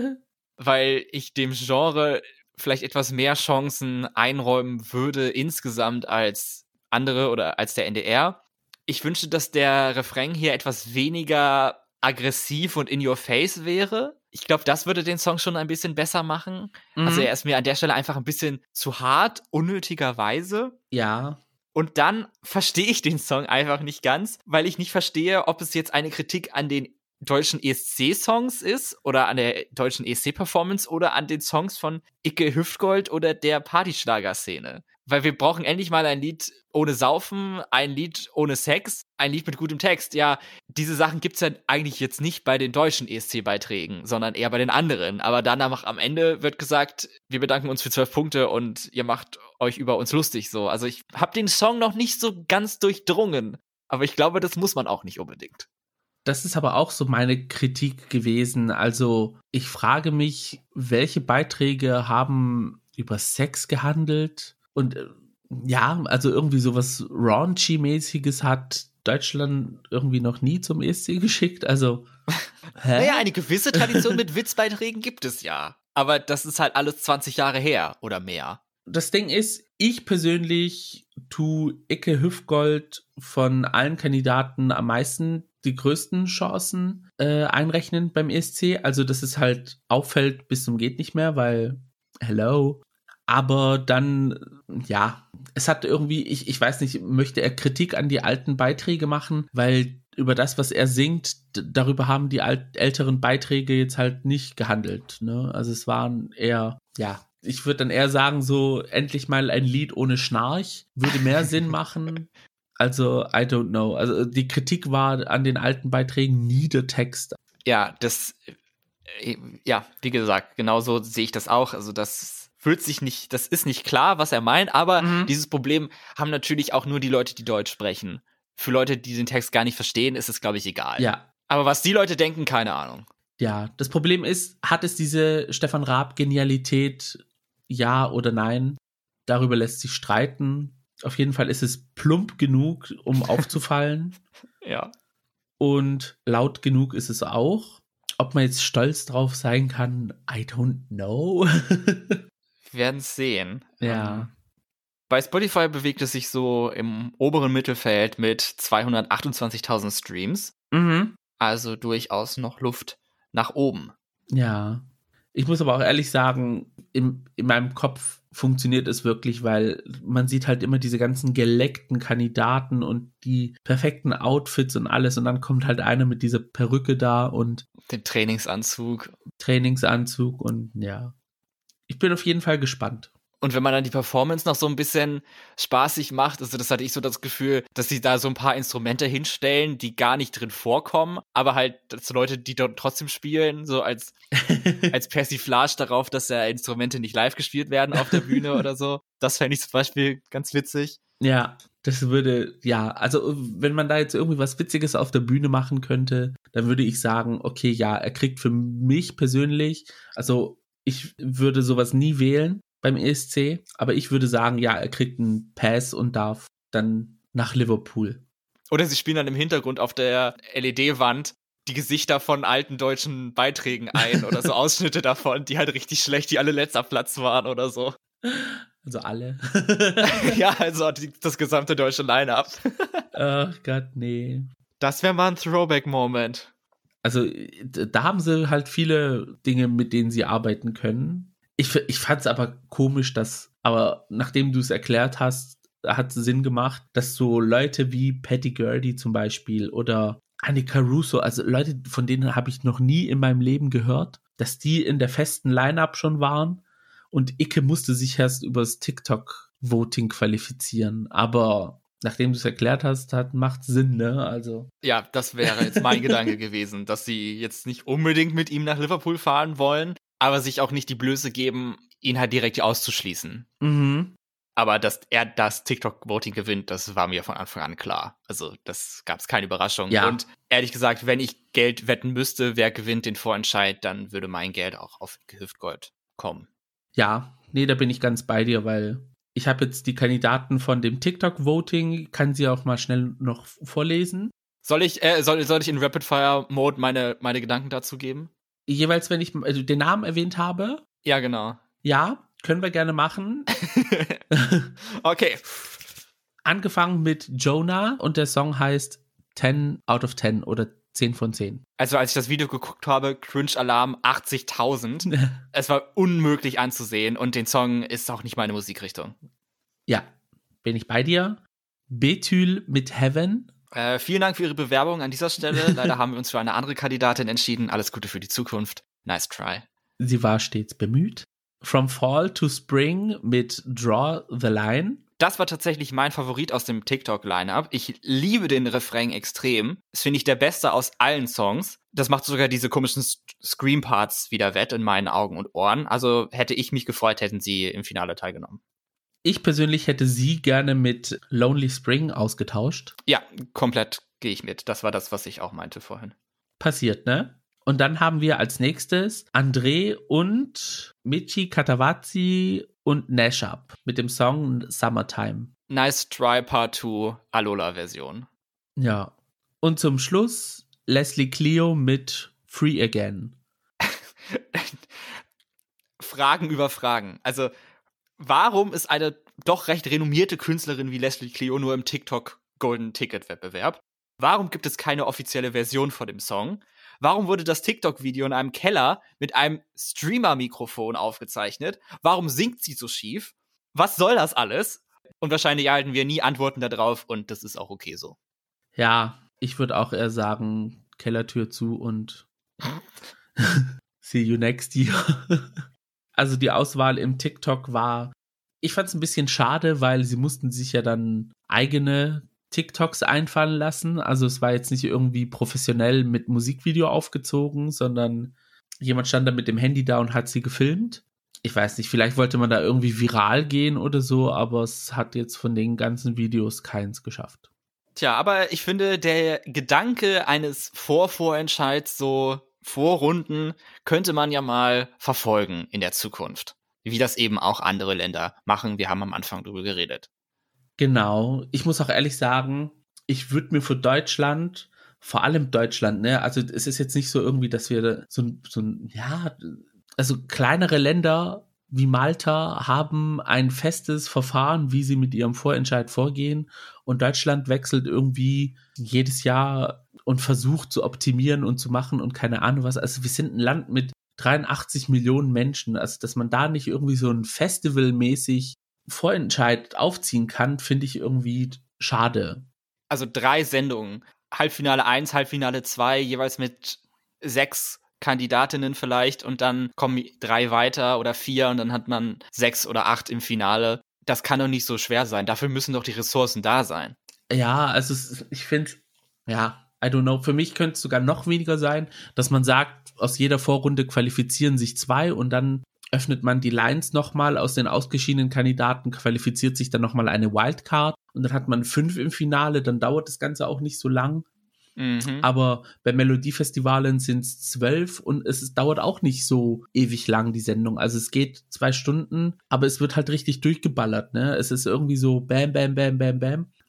Weil ich dem Genre vielleicht etwas mehr Chancen einräumen würde insgesamt als andere oder als der N D R. Ich wünschte, dass der Refrain hier etwas weniger aggressiv und in your face wäre. Ich glaube, das würde den Song schon ein bisschen besser machen. Mhm. Also er ist mir an der Stelle einfach ein bisschen zu hart, unnötigerweise. Ja. Und dann verstehe ich den Song einfach nicht ganz, weil ich nicht verstehe, ob es jetzt eine Kritik an den deutschen E S C-Songs ist oder an der deutschen E S C-Performance oder an den Songs von Icke Hüftgold oder der Partyschlager-Szene. Weil wir brauchen endlich mal ein Lied ohne Saufen, ein Lied ohne Sex, ein Lied mit gutem Text. Ja, diese Sachen gibt's ja eigentlich jetzt nicht bei den deutschen E S C-Beiträgen, sondern eher bei den anderen. Aber dann am Ende wird gesagt, wir bedanken uns für zwölf Punkte und ihr macht euch über uns lustig so. Also ich habe den Song noch nicht so ganz durchdrungen. Aber ich glaube, das muss man auch nicht unbedingt. Das ist aber auch so meine Kritik gewesen. Also ich frage mich, welche Beiträge haben über Sex gehandelt? Und äh, ja, also irgendwie sowas Raunchy-mäßiges hat Deutschland irgendwie noch nie zum E S C geschickt. Also, hä? Naja, eine gewisse Tradition mit Witzbeiträgen gibt es ja. Aber das ist halt alles zwanzig Jahre her oder mehr. Das Ding ist, ich persönlich tue Icke Hüftgold von allen Kandidaten am meisten die größten Chancen äh, einrechnen beim E S C. Also, dass es halt auffällt bis zum geht nicht mehr, weil, hello. Aber dann, ja, es hat irgendwie, ich, ich weiß nicht, möchte er Kritik an die alten Beiträge machen, weil über das, was er singt, d- darüber haben die alt, älteren Beiträge jetzt halt nicht gehandelt. Ne? Also es waren eher, ja, ich würde dann eher sagen, so endlich mal ein Lied ohne Schnarch würde mehr Sinn machen. Also, I don't know. Also die Kritik war an den alten Beiträgen nie der Text. Ja, das, ja, wie gesagt, genauso sehe ich das auch. Also das fühlt sich nicht, das ist nicht klar, was er meint, aber mhm. dieses Problem haben natürlich auch nur die Leute, die Deutsch sprechen. Für Leute, die den Text gar nicht verstehen, ist es, glaube ich, egal. Ja. Aber was die Leute denken, keine Ahnung. Ja, das Problem ist, hat es diese Stefan Raab-Genialität, ja oder nein? Darüber lässt sich streiten. Auf jeden Fall ist es plump genug, um aufzufallen. Ja. Und laut genug ist es auch. Ob man jetzt stolz drauf sein kann, I don't know. Wir werden es sehen. Ja. Bei Spotify bewegt es sich so im oberen Mittelfeld mit zweihundertachtundzwanzigtausend Streams. Mhm. Also durchaus noch Luft nach oben. Ja. Ich muss aber auch ehrlich sagen, in, in meinem Kopf funktioniert es wirklich, weil man sieht halt immer diese ganzen geleckten Kandidaten und die perfekten Outfits und alles und dann kommt halt einer mit dieser Perücke da und den Trainingsanzug. Trainingsanzug und ja. Ich bin auf jeden Fall gespannt. Und wenn man dann die Performance noch so ein bisschen spaßig macht, also das hatte ich so das Gefühl, dass sie da so ein paar Instrumente hinstellen, die gar nicht drin vorkommen, aber halt so Leute, die dort trotzdem spielen, so als, als Persiflage darauf, dass ja Instrumente nicht live gespielt werden auf der Bühne oder so. Das fände ich zum Beispiel ganz witzig. Ja, das würde, ja, also wenn man da jetzt irgendwie was Witziges auf der Bühne machen könnte, dann würde ich sagen, okay, ja, er kriegt für mich persönlich, also ich würde sowas nie wählen beim E S C, aber ich würde sagen, ja, er kriegt einen Pass und darf dann nach Liverpool. Oder sie spielen dann im Hintergrund auf der L E D-Wand die Gesichter von alten deutschen Beiträgen ein oder so Ausschnitte davon, die halt richtig schlecht, die alle letzter Platz waren oder so. Also alle. Ja, also die, das gesamte deutsche Line-Up. Ach Gott, nee. Das wäre mal ein Throwback-Moment. Also da haben sie halt viele Dinge, mit denen sie arbeiten können. Ich, ich fand es aber komisch, dass, aber nachdem du es erklärt hast, hat es Sinn gemacht, dass so Leute wie Patty Gurdy zum Beispiel oder Annika Russo, also Leute, von denen habe ich noch nie in meinem Leben gehört, dass die in der festen Line-Up schon waren und Icke musste sich erst übers TikTok-Voting qualifizieren. Aber nachdem du es erklärt hast, hat, macht Sinn, ne? Also. Ja, das wäre jetzt mein Gedanke gewesen, dass sie jetzt nicht unbedingt mit ihm nach Liverpool fahren wollen, aber sich auch nicht die Blöße geben, ihn halt direkt auszuschließen. Mhm. Aber dass er das TikTok-Voting gewinnt, das war mir von Anfang an klar. Also das gab es keine Überraschung. Ja. Und ehrlich gesagt, wenn ich Geld wetten müsste, wer gewinnt den Vorentscheid, dann würde mein Geld auch auf Hüftgold kommen. Ja, nee, da bin ich ganz bei dir, weil ich habe jetzt die Kandidaten von dem TikTok-Voting, kann sie auch mal schnell noch vorlesen. Soll ich, äh, soll, soll ich in Rapid-Fire-Mode meine, meine Gedanken dazu geben? Jeweils, wenn ich also den Namen erwähnt habe? Ja, genau. Ja, können wir gerne machen. Okay. Angefangen mit Jonah und der Song heißt ten out of ten oder zehn von zehn. Also als ich das Video geguckt habe, Cringe-Alarm achtzigtausend. Es war unmöglich anzusehen und den Song ist auch nicht meine Musikrichtung. Ja, bin ich bei dir. Betül mit Heaven. Äh, vielen Dank für Ihre Bewerbung an dieser Stelle. Leider haben wir uns für eine andere Kandidatin entschieden. Alles Gute für die Zukunft. Nice try. Sie war stets bemüht. From Fall to Spring mit Draw the Line. Das war tatsächlich mein Favorit aus dem TikTok-Line-Up. Ich liebe den Refrain extrem. Das finde ich der beste aus allen Songs. Das macht sogar diese komischen Scream-Parts wieder wett in meinen Augen und Ohren. Also hätte ich mich gefreut, hätten sie im Finale teilgenommen. Ich persönlich hätte sie gerne mit Lonely Spring ausgetauscht. Ja, komplett gehe ich mit. Das war das, was ich auch meinte vorhin. Passiert, ne? Und dann haben wir als nächstes André und Michi Katawazzi und Nash-Up mit dem Song Summertime. Nice Try Part zwei Alola-Version. Ja. Und zum Schluss Leslie Clio mit Free Again. Fragen über Fragen. Also, warum ist eine doch recht renommierte Künstlerin wie Leslie Clio nur im TikTok Golden Ticket Wettbewerb? Warum gibt es keine offizielle Version von dem Song? Warum wurde das TikTok-Video in einem Keller mit einem Streamer-Mikrofon aufgezeichnet? Warum singt sie so schief? Was soll das alles? Und wahrscheinlich erhalten wir nie Antworten darauf und das ist auch okay so. Ja, ich würde auch eher sagen, Kellertür zu und see you next year. Also die Auswahl im TikTok war, ich fand es ein bisschen schade, weil sie mussten sich ja dann eigene TikToks einfallen lassen. Also es war jetzt nicht irgendwie professionell mit Musikvideo aufgezogen, sondern jemand stand da mit dem Handy da und hat sie gefilmt. Ich weiß nicht, vielleicht wollte man da irgendwie viral gehen oder so, aber es hat jetzt von den ganzen Videos keins geschafft. Tja, aber ich finde, der Gedanke eines Vorvorentscheids, so Vorrunden, könnte man ja mal verfolgen in der Zukunft. Wie das eben auch andere Länder machen. Wir haben am Anfang drüber geredet. Genau. Ich muss auch ehrlich sagen, ich würde mir für Deutschland, vor allem Deutschland, ne, also es ist jetzt nicht so irgendwie, dass wir so, so ein, ja, also kleinere Länder wie Malta haben ein festes Verfahren, wie sie mit ihrem Vorentscheid vorgehen und Deutschland wechselt irgendwie jedes Jahr und versucht zu optimieren und zu machen und keine Ahnung was. Also wir sind ein Land mit dreiundachtzig Millionen Menschen, also dass man da nicht irgendwie so ein Festival-mäßig Vorentscheid aufziehen kann, finde ich irgendwie schade. Also drei Sendungen, Halbfinale eins, Halbfinale zwei, jeweils mit sechs Kandidatinnen vielleicht und dann kommen drei weiter oder vier und dann hat man sechs oder acht im Finale. Das kann doch nicht so schwer sein. Dafür müssen doch die Ressourcen da sein. Ja, also es, ich finde, ja, I don't know, für mich könnte es sogar noch weniger sein, dass man sagt, aus jeder Vorrunde qualifizieren sich zwei und dann öffnet man die Lines nochmal aus den ausgeschiedenen Kandidaten, qualifiziert sich dann nochmal eine Wildcard und dann hat man fünf im Finale, dann dauert das Ganze auch nicht so lang. Mhm. Aber bei Melodiefestivalen sind es zwölf und es, es dauert auch nicht so ewig lang, die Sendung. Also es geht zwei Stunden, aber es wird halt richtig durchgeballert, ne? Es ist irgendwie so bam, bam, bam, bam, bam.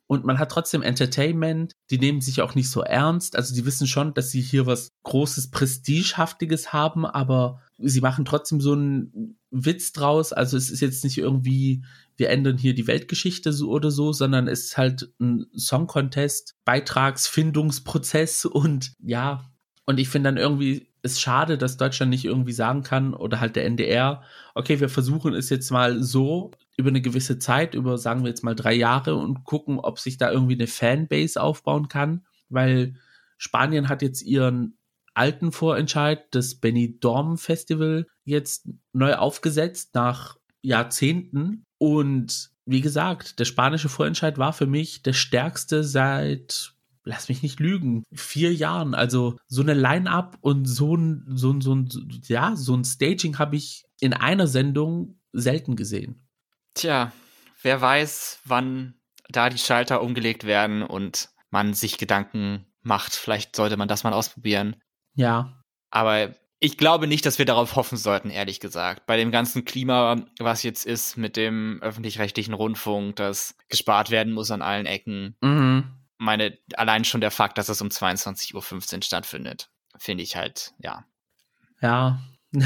und man hat trotzdem Entertainment, die nehmen sich auch nicht so ernst, also die wissen schon, dass sie hier was Großes, Prestigehaftiges haben, aber sie machen trotzdem so einen Witz draus, also es ist jetzt nicht irgendwie, wir ändern hier die Weltgeschichte so oder so, sondern es ist halt ein Song-Contest, Beitragsfindungsprozess und ja, und ich finde dann irgendwie, es schade, dass Deutschland nicht irgendwie sagen kann oder halt der N D R, okay, wir versuchen es jetzt mal so über eine gewisse Zeit, über sagen wir jetzt mal drei Jahre und gucken, ob sich da irgendwie eine Fanbase aufbauen kann, weil Spanien hat jetzt ihren alten Vorentscheid, das Benidorm Festival, jetzt neu aufgesetzt nach Jahrzehnten und wie gesagt, der spanische Vorentscheid war für mich der stärkste seit, lass mich nicht lügen, vier Jahren. Also so eine Line-Up und so ein, so ein, so ein, ja, so ein Staging habe ich in einer Sendung selten gesehen. Tja, wer weiß, wann da die Schalter umgelegt werden und man sich Gedanken macht. Vielleicht sollte man das mal ausprobieren. Ja. Aber ich glaube nicht, dass wir darauf hoffen sollten, ehrlich gesagt. Bei dem ganzen Klima, was jetzt ist mit dem öffentlich-rechtlichen Rundfunk, das gespart werden muss an allen Ecken. Mhm. Meine, allein schon der Fakt, dass es um zweiundzwanzig Uhr fünfzehn stattfindet, finde ich halt, ja. Ja.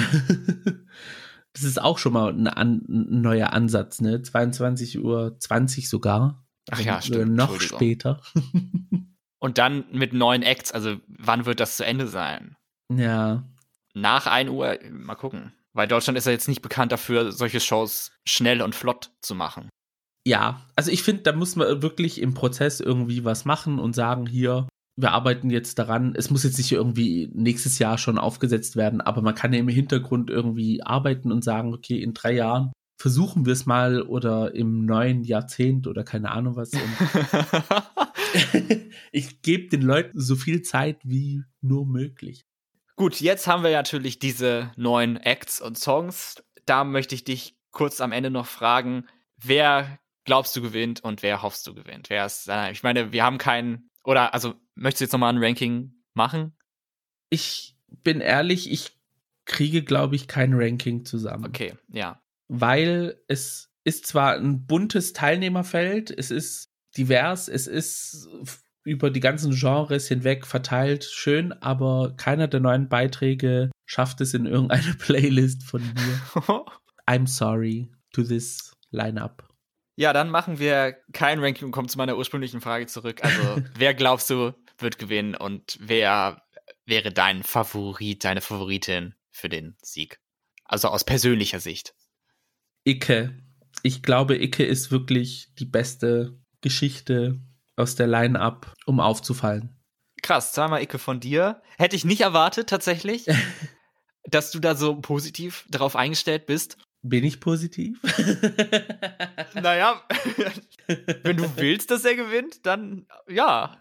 Das ist auch schon mal ein, an, ein neuer Ansatz, ne? zweiundzwanzig Uhr zwanzig sogar. Ach ja, also stimmt. Noch später. Und dann mit neuen Acts, also wann wird das zu Ende sein? Ja. Nach ein Uhr, mal gucken. Weil Deutschland ist ja jetzt nicht bekannt dafür, solche Shows schnell und flott zu machen. Ja, also ich finde, da muss man wirklich im Prozess irgendwie was machen und sagen, hier, wir arbeiten jetzt daran. Es muss jetzt nicht irgendwie nächstes Jahr schon aufgesetzt werden, aber man kann ja im Hintergrund irgendwie arbeiten und sagen, okay, in drei Jahren versuchen wir es mal oder im neuen Jahrzehnt oder keine Ahnung was. Ich gebe den Leuten so viel Zeit wie nur möglich. Gut, jetzt haben wir natürlich diese neuen Acts und Songs. Da möchte ich dich kurz am Ende noch fragen, wer glaubst du gewinnt und wer hoffst du gewinnt? Wer ist, ich meine, wir haben keinen, oder, also, möchtest du jetzt nochmal ein Ranking machen? Ich bin ehrlich, ich kriege, glaube ich, kein Ranking zusammen. Okay, ja. Weil es ist zwar ein buntes Teilnehmerfeld, es ist divers, es ist über die ganzen Genres hinweg verteilt, schön, aber keiner der neuen Beiträge schafft es in irgendeine Playlist von mir. I'm sorry to this lineup. Ja, dann machen wir kein Ranking und kommen zu meiner ursprünglichen Frage zurück. Also, wer glaubst du wird gewinnen und wer wäre dein Favorit, deine Favoritin für den Sieg? Also aus persönlicher Sicht. Icke. Ich glaube, Icke ist wirklich die beste Geschichte aus der Line-Up, um aufzufallen. Krass, zweimal Icke von dir. Hätte ich nicht erwartet, tatsächlich, dass du da so positiv drauf eingestellt bist. Bin ich positiv? Naja, wenn du willst, dass er gewinnt, dann ja.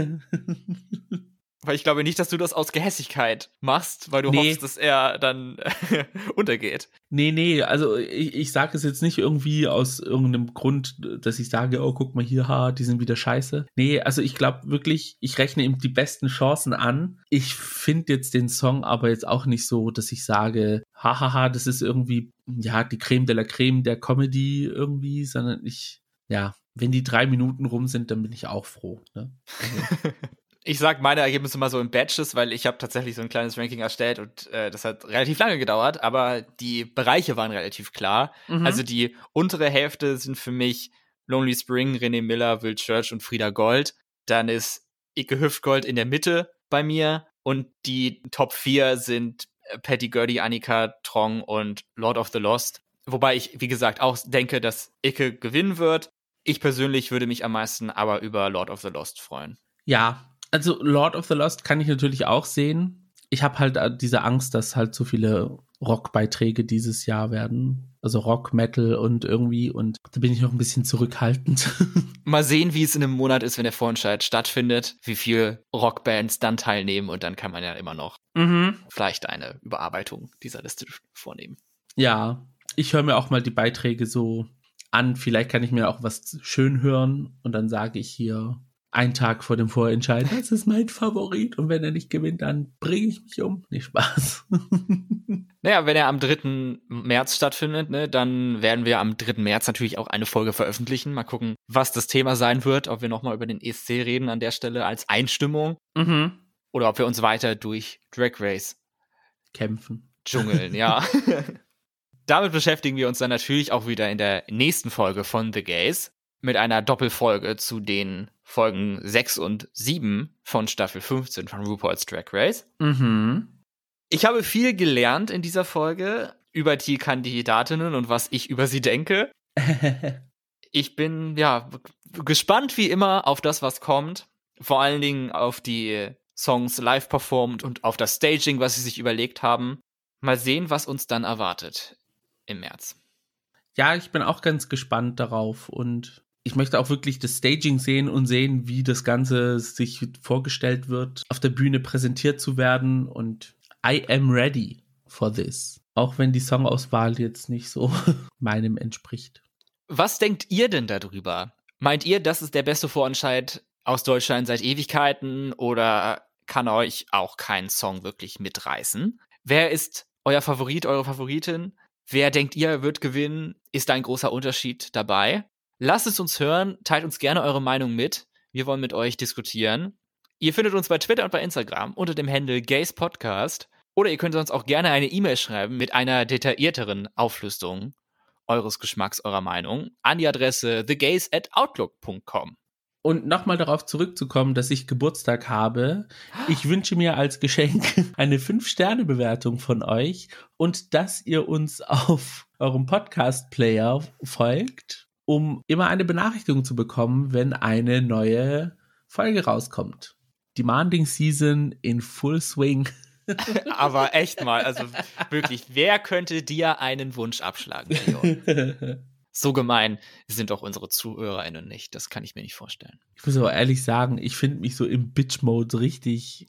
Weil ich glaube nicht, dass du das aus Gehässigkeit machst, weil du nee. hoffst, dass er dann untergeht. Nee, nee, also ich, ich sage es jetzt nicht irgendwie aus irgendeinem Grund, dass ich sage, oh, guck mal hier, ha, die sind wieder scheiße. Nee, also ich glaube wirklich, ich rechne ihm die besten Chancen an. Ich finde jetzt den Song aber jetzt auch nicht so, dass ich sage, hahaha, das ist irgendwie, ja, die Creme de la Creme der Comedy irgendwie, sondern ich, ja, wenn die drei Minuten rum sind, dann bin ich auch froh. Ne? Also. Ich sag meine Ergebnisse mal so in Batches, weil ich habe tatsächlich so ein kleines Ranking erstellt und äh, das hat relativ lange gedauert, aber die Bereiche waren relativ klar. Mhm. Also die untere Hälfte sind für mich Lonely Spring, René Miller, Will Church und Frieda Gold. Dann ist Icke Hüftgold in der Mitte bei mir und die Top vier sind Patty Gurdy, Annika Trong und Lord of the Lost. Wobei ich, wie gesagt, auch denke, dass Icke gewinnen wird. Ich persönlich würde mich am meisten aber über Lord of the Lost freuen. Ja, also Lord of the Lost kann ich natürlich auch sehen. Ich habe halt diese Angst, dass halt so viele Rockbeiträge dieses Jahr werden. Also Rock, Metal und irgendwie. Und da bin ich noch ein bisschen zurückhaltend. Mal sehen, wie es in einem Monat ist, wenn der Vorentscheid stattfindet. Wie viele Rockbands dann teilnehmen. Und dann kann man ja immer noch mhm. vielleicht eine Überarbeitung dieser Liste vornehmen. Ja, ich höre mir auch mal die Beiträge so an. Vielleicht kann ich mir auch was schön hören. Und dann sage ich hier einen Tag vor dem Vorentscheid, das ist mein Favorit und wenn er nicht gewinnt, dann bringe ich mich um. Nicht Spaß. Naja, wenn er am dritten März stattfindet, ne, dann werden wir am dritten März natürlich auch eine Folge veröffentlichen. Mal gucken, was das Thema sein wird, ob wir nochmal über den E S C reden an der Stelle als Einstimmung Mhm. oder ob wir uns weiter durch Drag Race Kämpfen. dschungeln, ja. Damit beschäftigen wir uns dann natürlich auch wieder in der nächsten Folge von The Gays mit einer Doppelfolge zu den Folgen sechs und sieben von Staffel fünfzehn von RuPaul's Drag Race. Mhm. Ich habe viel gelernt in dieser Folge über die Kandidatinnen und was ich über sie denke. Ich bin, ja, gespannt wie immer auf das, was kommt. Vor allen Dingen auf die Songs live performt und auf das Staging, was sie sich überlegt haben. Mal sehen, was uns dann erwartet im März. Ja, ich bin auch ganz gespannt darauf und ich möchte auch wirklich das Staging sehen und sehen, wie das Ganze sich vorgestellt wird, auf der Bühne präsentiert zu werden und I am ready for this. Auch wenn die Songauswahl jetzt nicht so meinem entspricht. Was denkt ihr denn darüber? Meint ihr, das ist der beste Vorentscheid aus Deutschland seit Ewigkeiten oder kann euch auch kein Song wirklich mitreißen? Wer ist euer Favorit, eure Favoritin? Wer denkt ihr wird gewinnen? Ist da ein großer Unterschied dabei? Lasst es uns hören, teilt uns gerne eure Meinung mit. Wir wollen mit euch diskutieren. Ihr findet uns bei Twitter und bei Instagram unter dem Handle Gays Podcast. Oder ihr könnt uns auch gerne eine E-Mail schreiben mit einer detaillierteren Auflistung eures Geschmacks, eurer Meinung an die Adresse thegays at outlook punkt com. Und nochmal darauf zurückzukommen, dass ich Geburtstag habe. Ich wünsche mir als Geschenk eine fünf Sterne Bewertung von euch und dass ihr uns auf eurem Podcast-Player folgt, um immer eine Benachrichtigung zu bekommen, wenn eine neue Folge rauskommt. Demanding Season in Full Swing. Aber echt mal, also wirklich, wer könnte dir einen Wunsch abschlagen, Leo? So gemein sind doch unsere ZuhörerInnen nicht. Das kann ich mir nicht vorstellen. Ich muss aber ehrlich sagen, ich finde mich so im Bitch-Mode richtig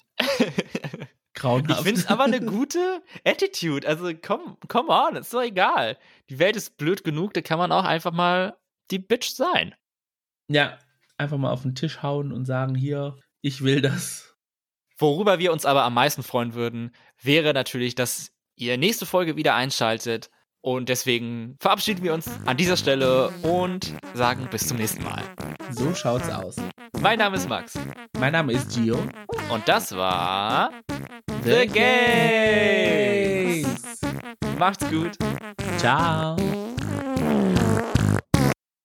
grauenhaft. Ich finde es aber eine gute Attitude. Also, come, come on, ist doch egal. Die Welt ist blöd genug, da kann man auch einfach mal die Bitch sein. Ja, einfach mal auf den Tisch hauen und sagen, hier, ich will das. Worüber wir uns aber am meisten freuen würden, wäre natürlich, dass ihr nächste Folge wieder einschaltet. Und deswegen verabschieden wir uns an dieser Stelle und sagen bis zum nächsten Mal. So schaut's aus. Mein Name ist Max. Mein Name ist Gio. Und das war The The Gays. Macht's gut. Ciao.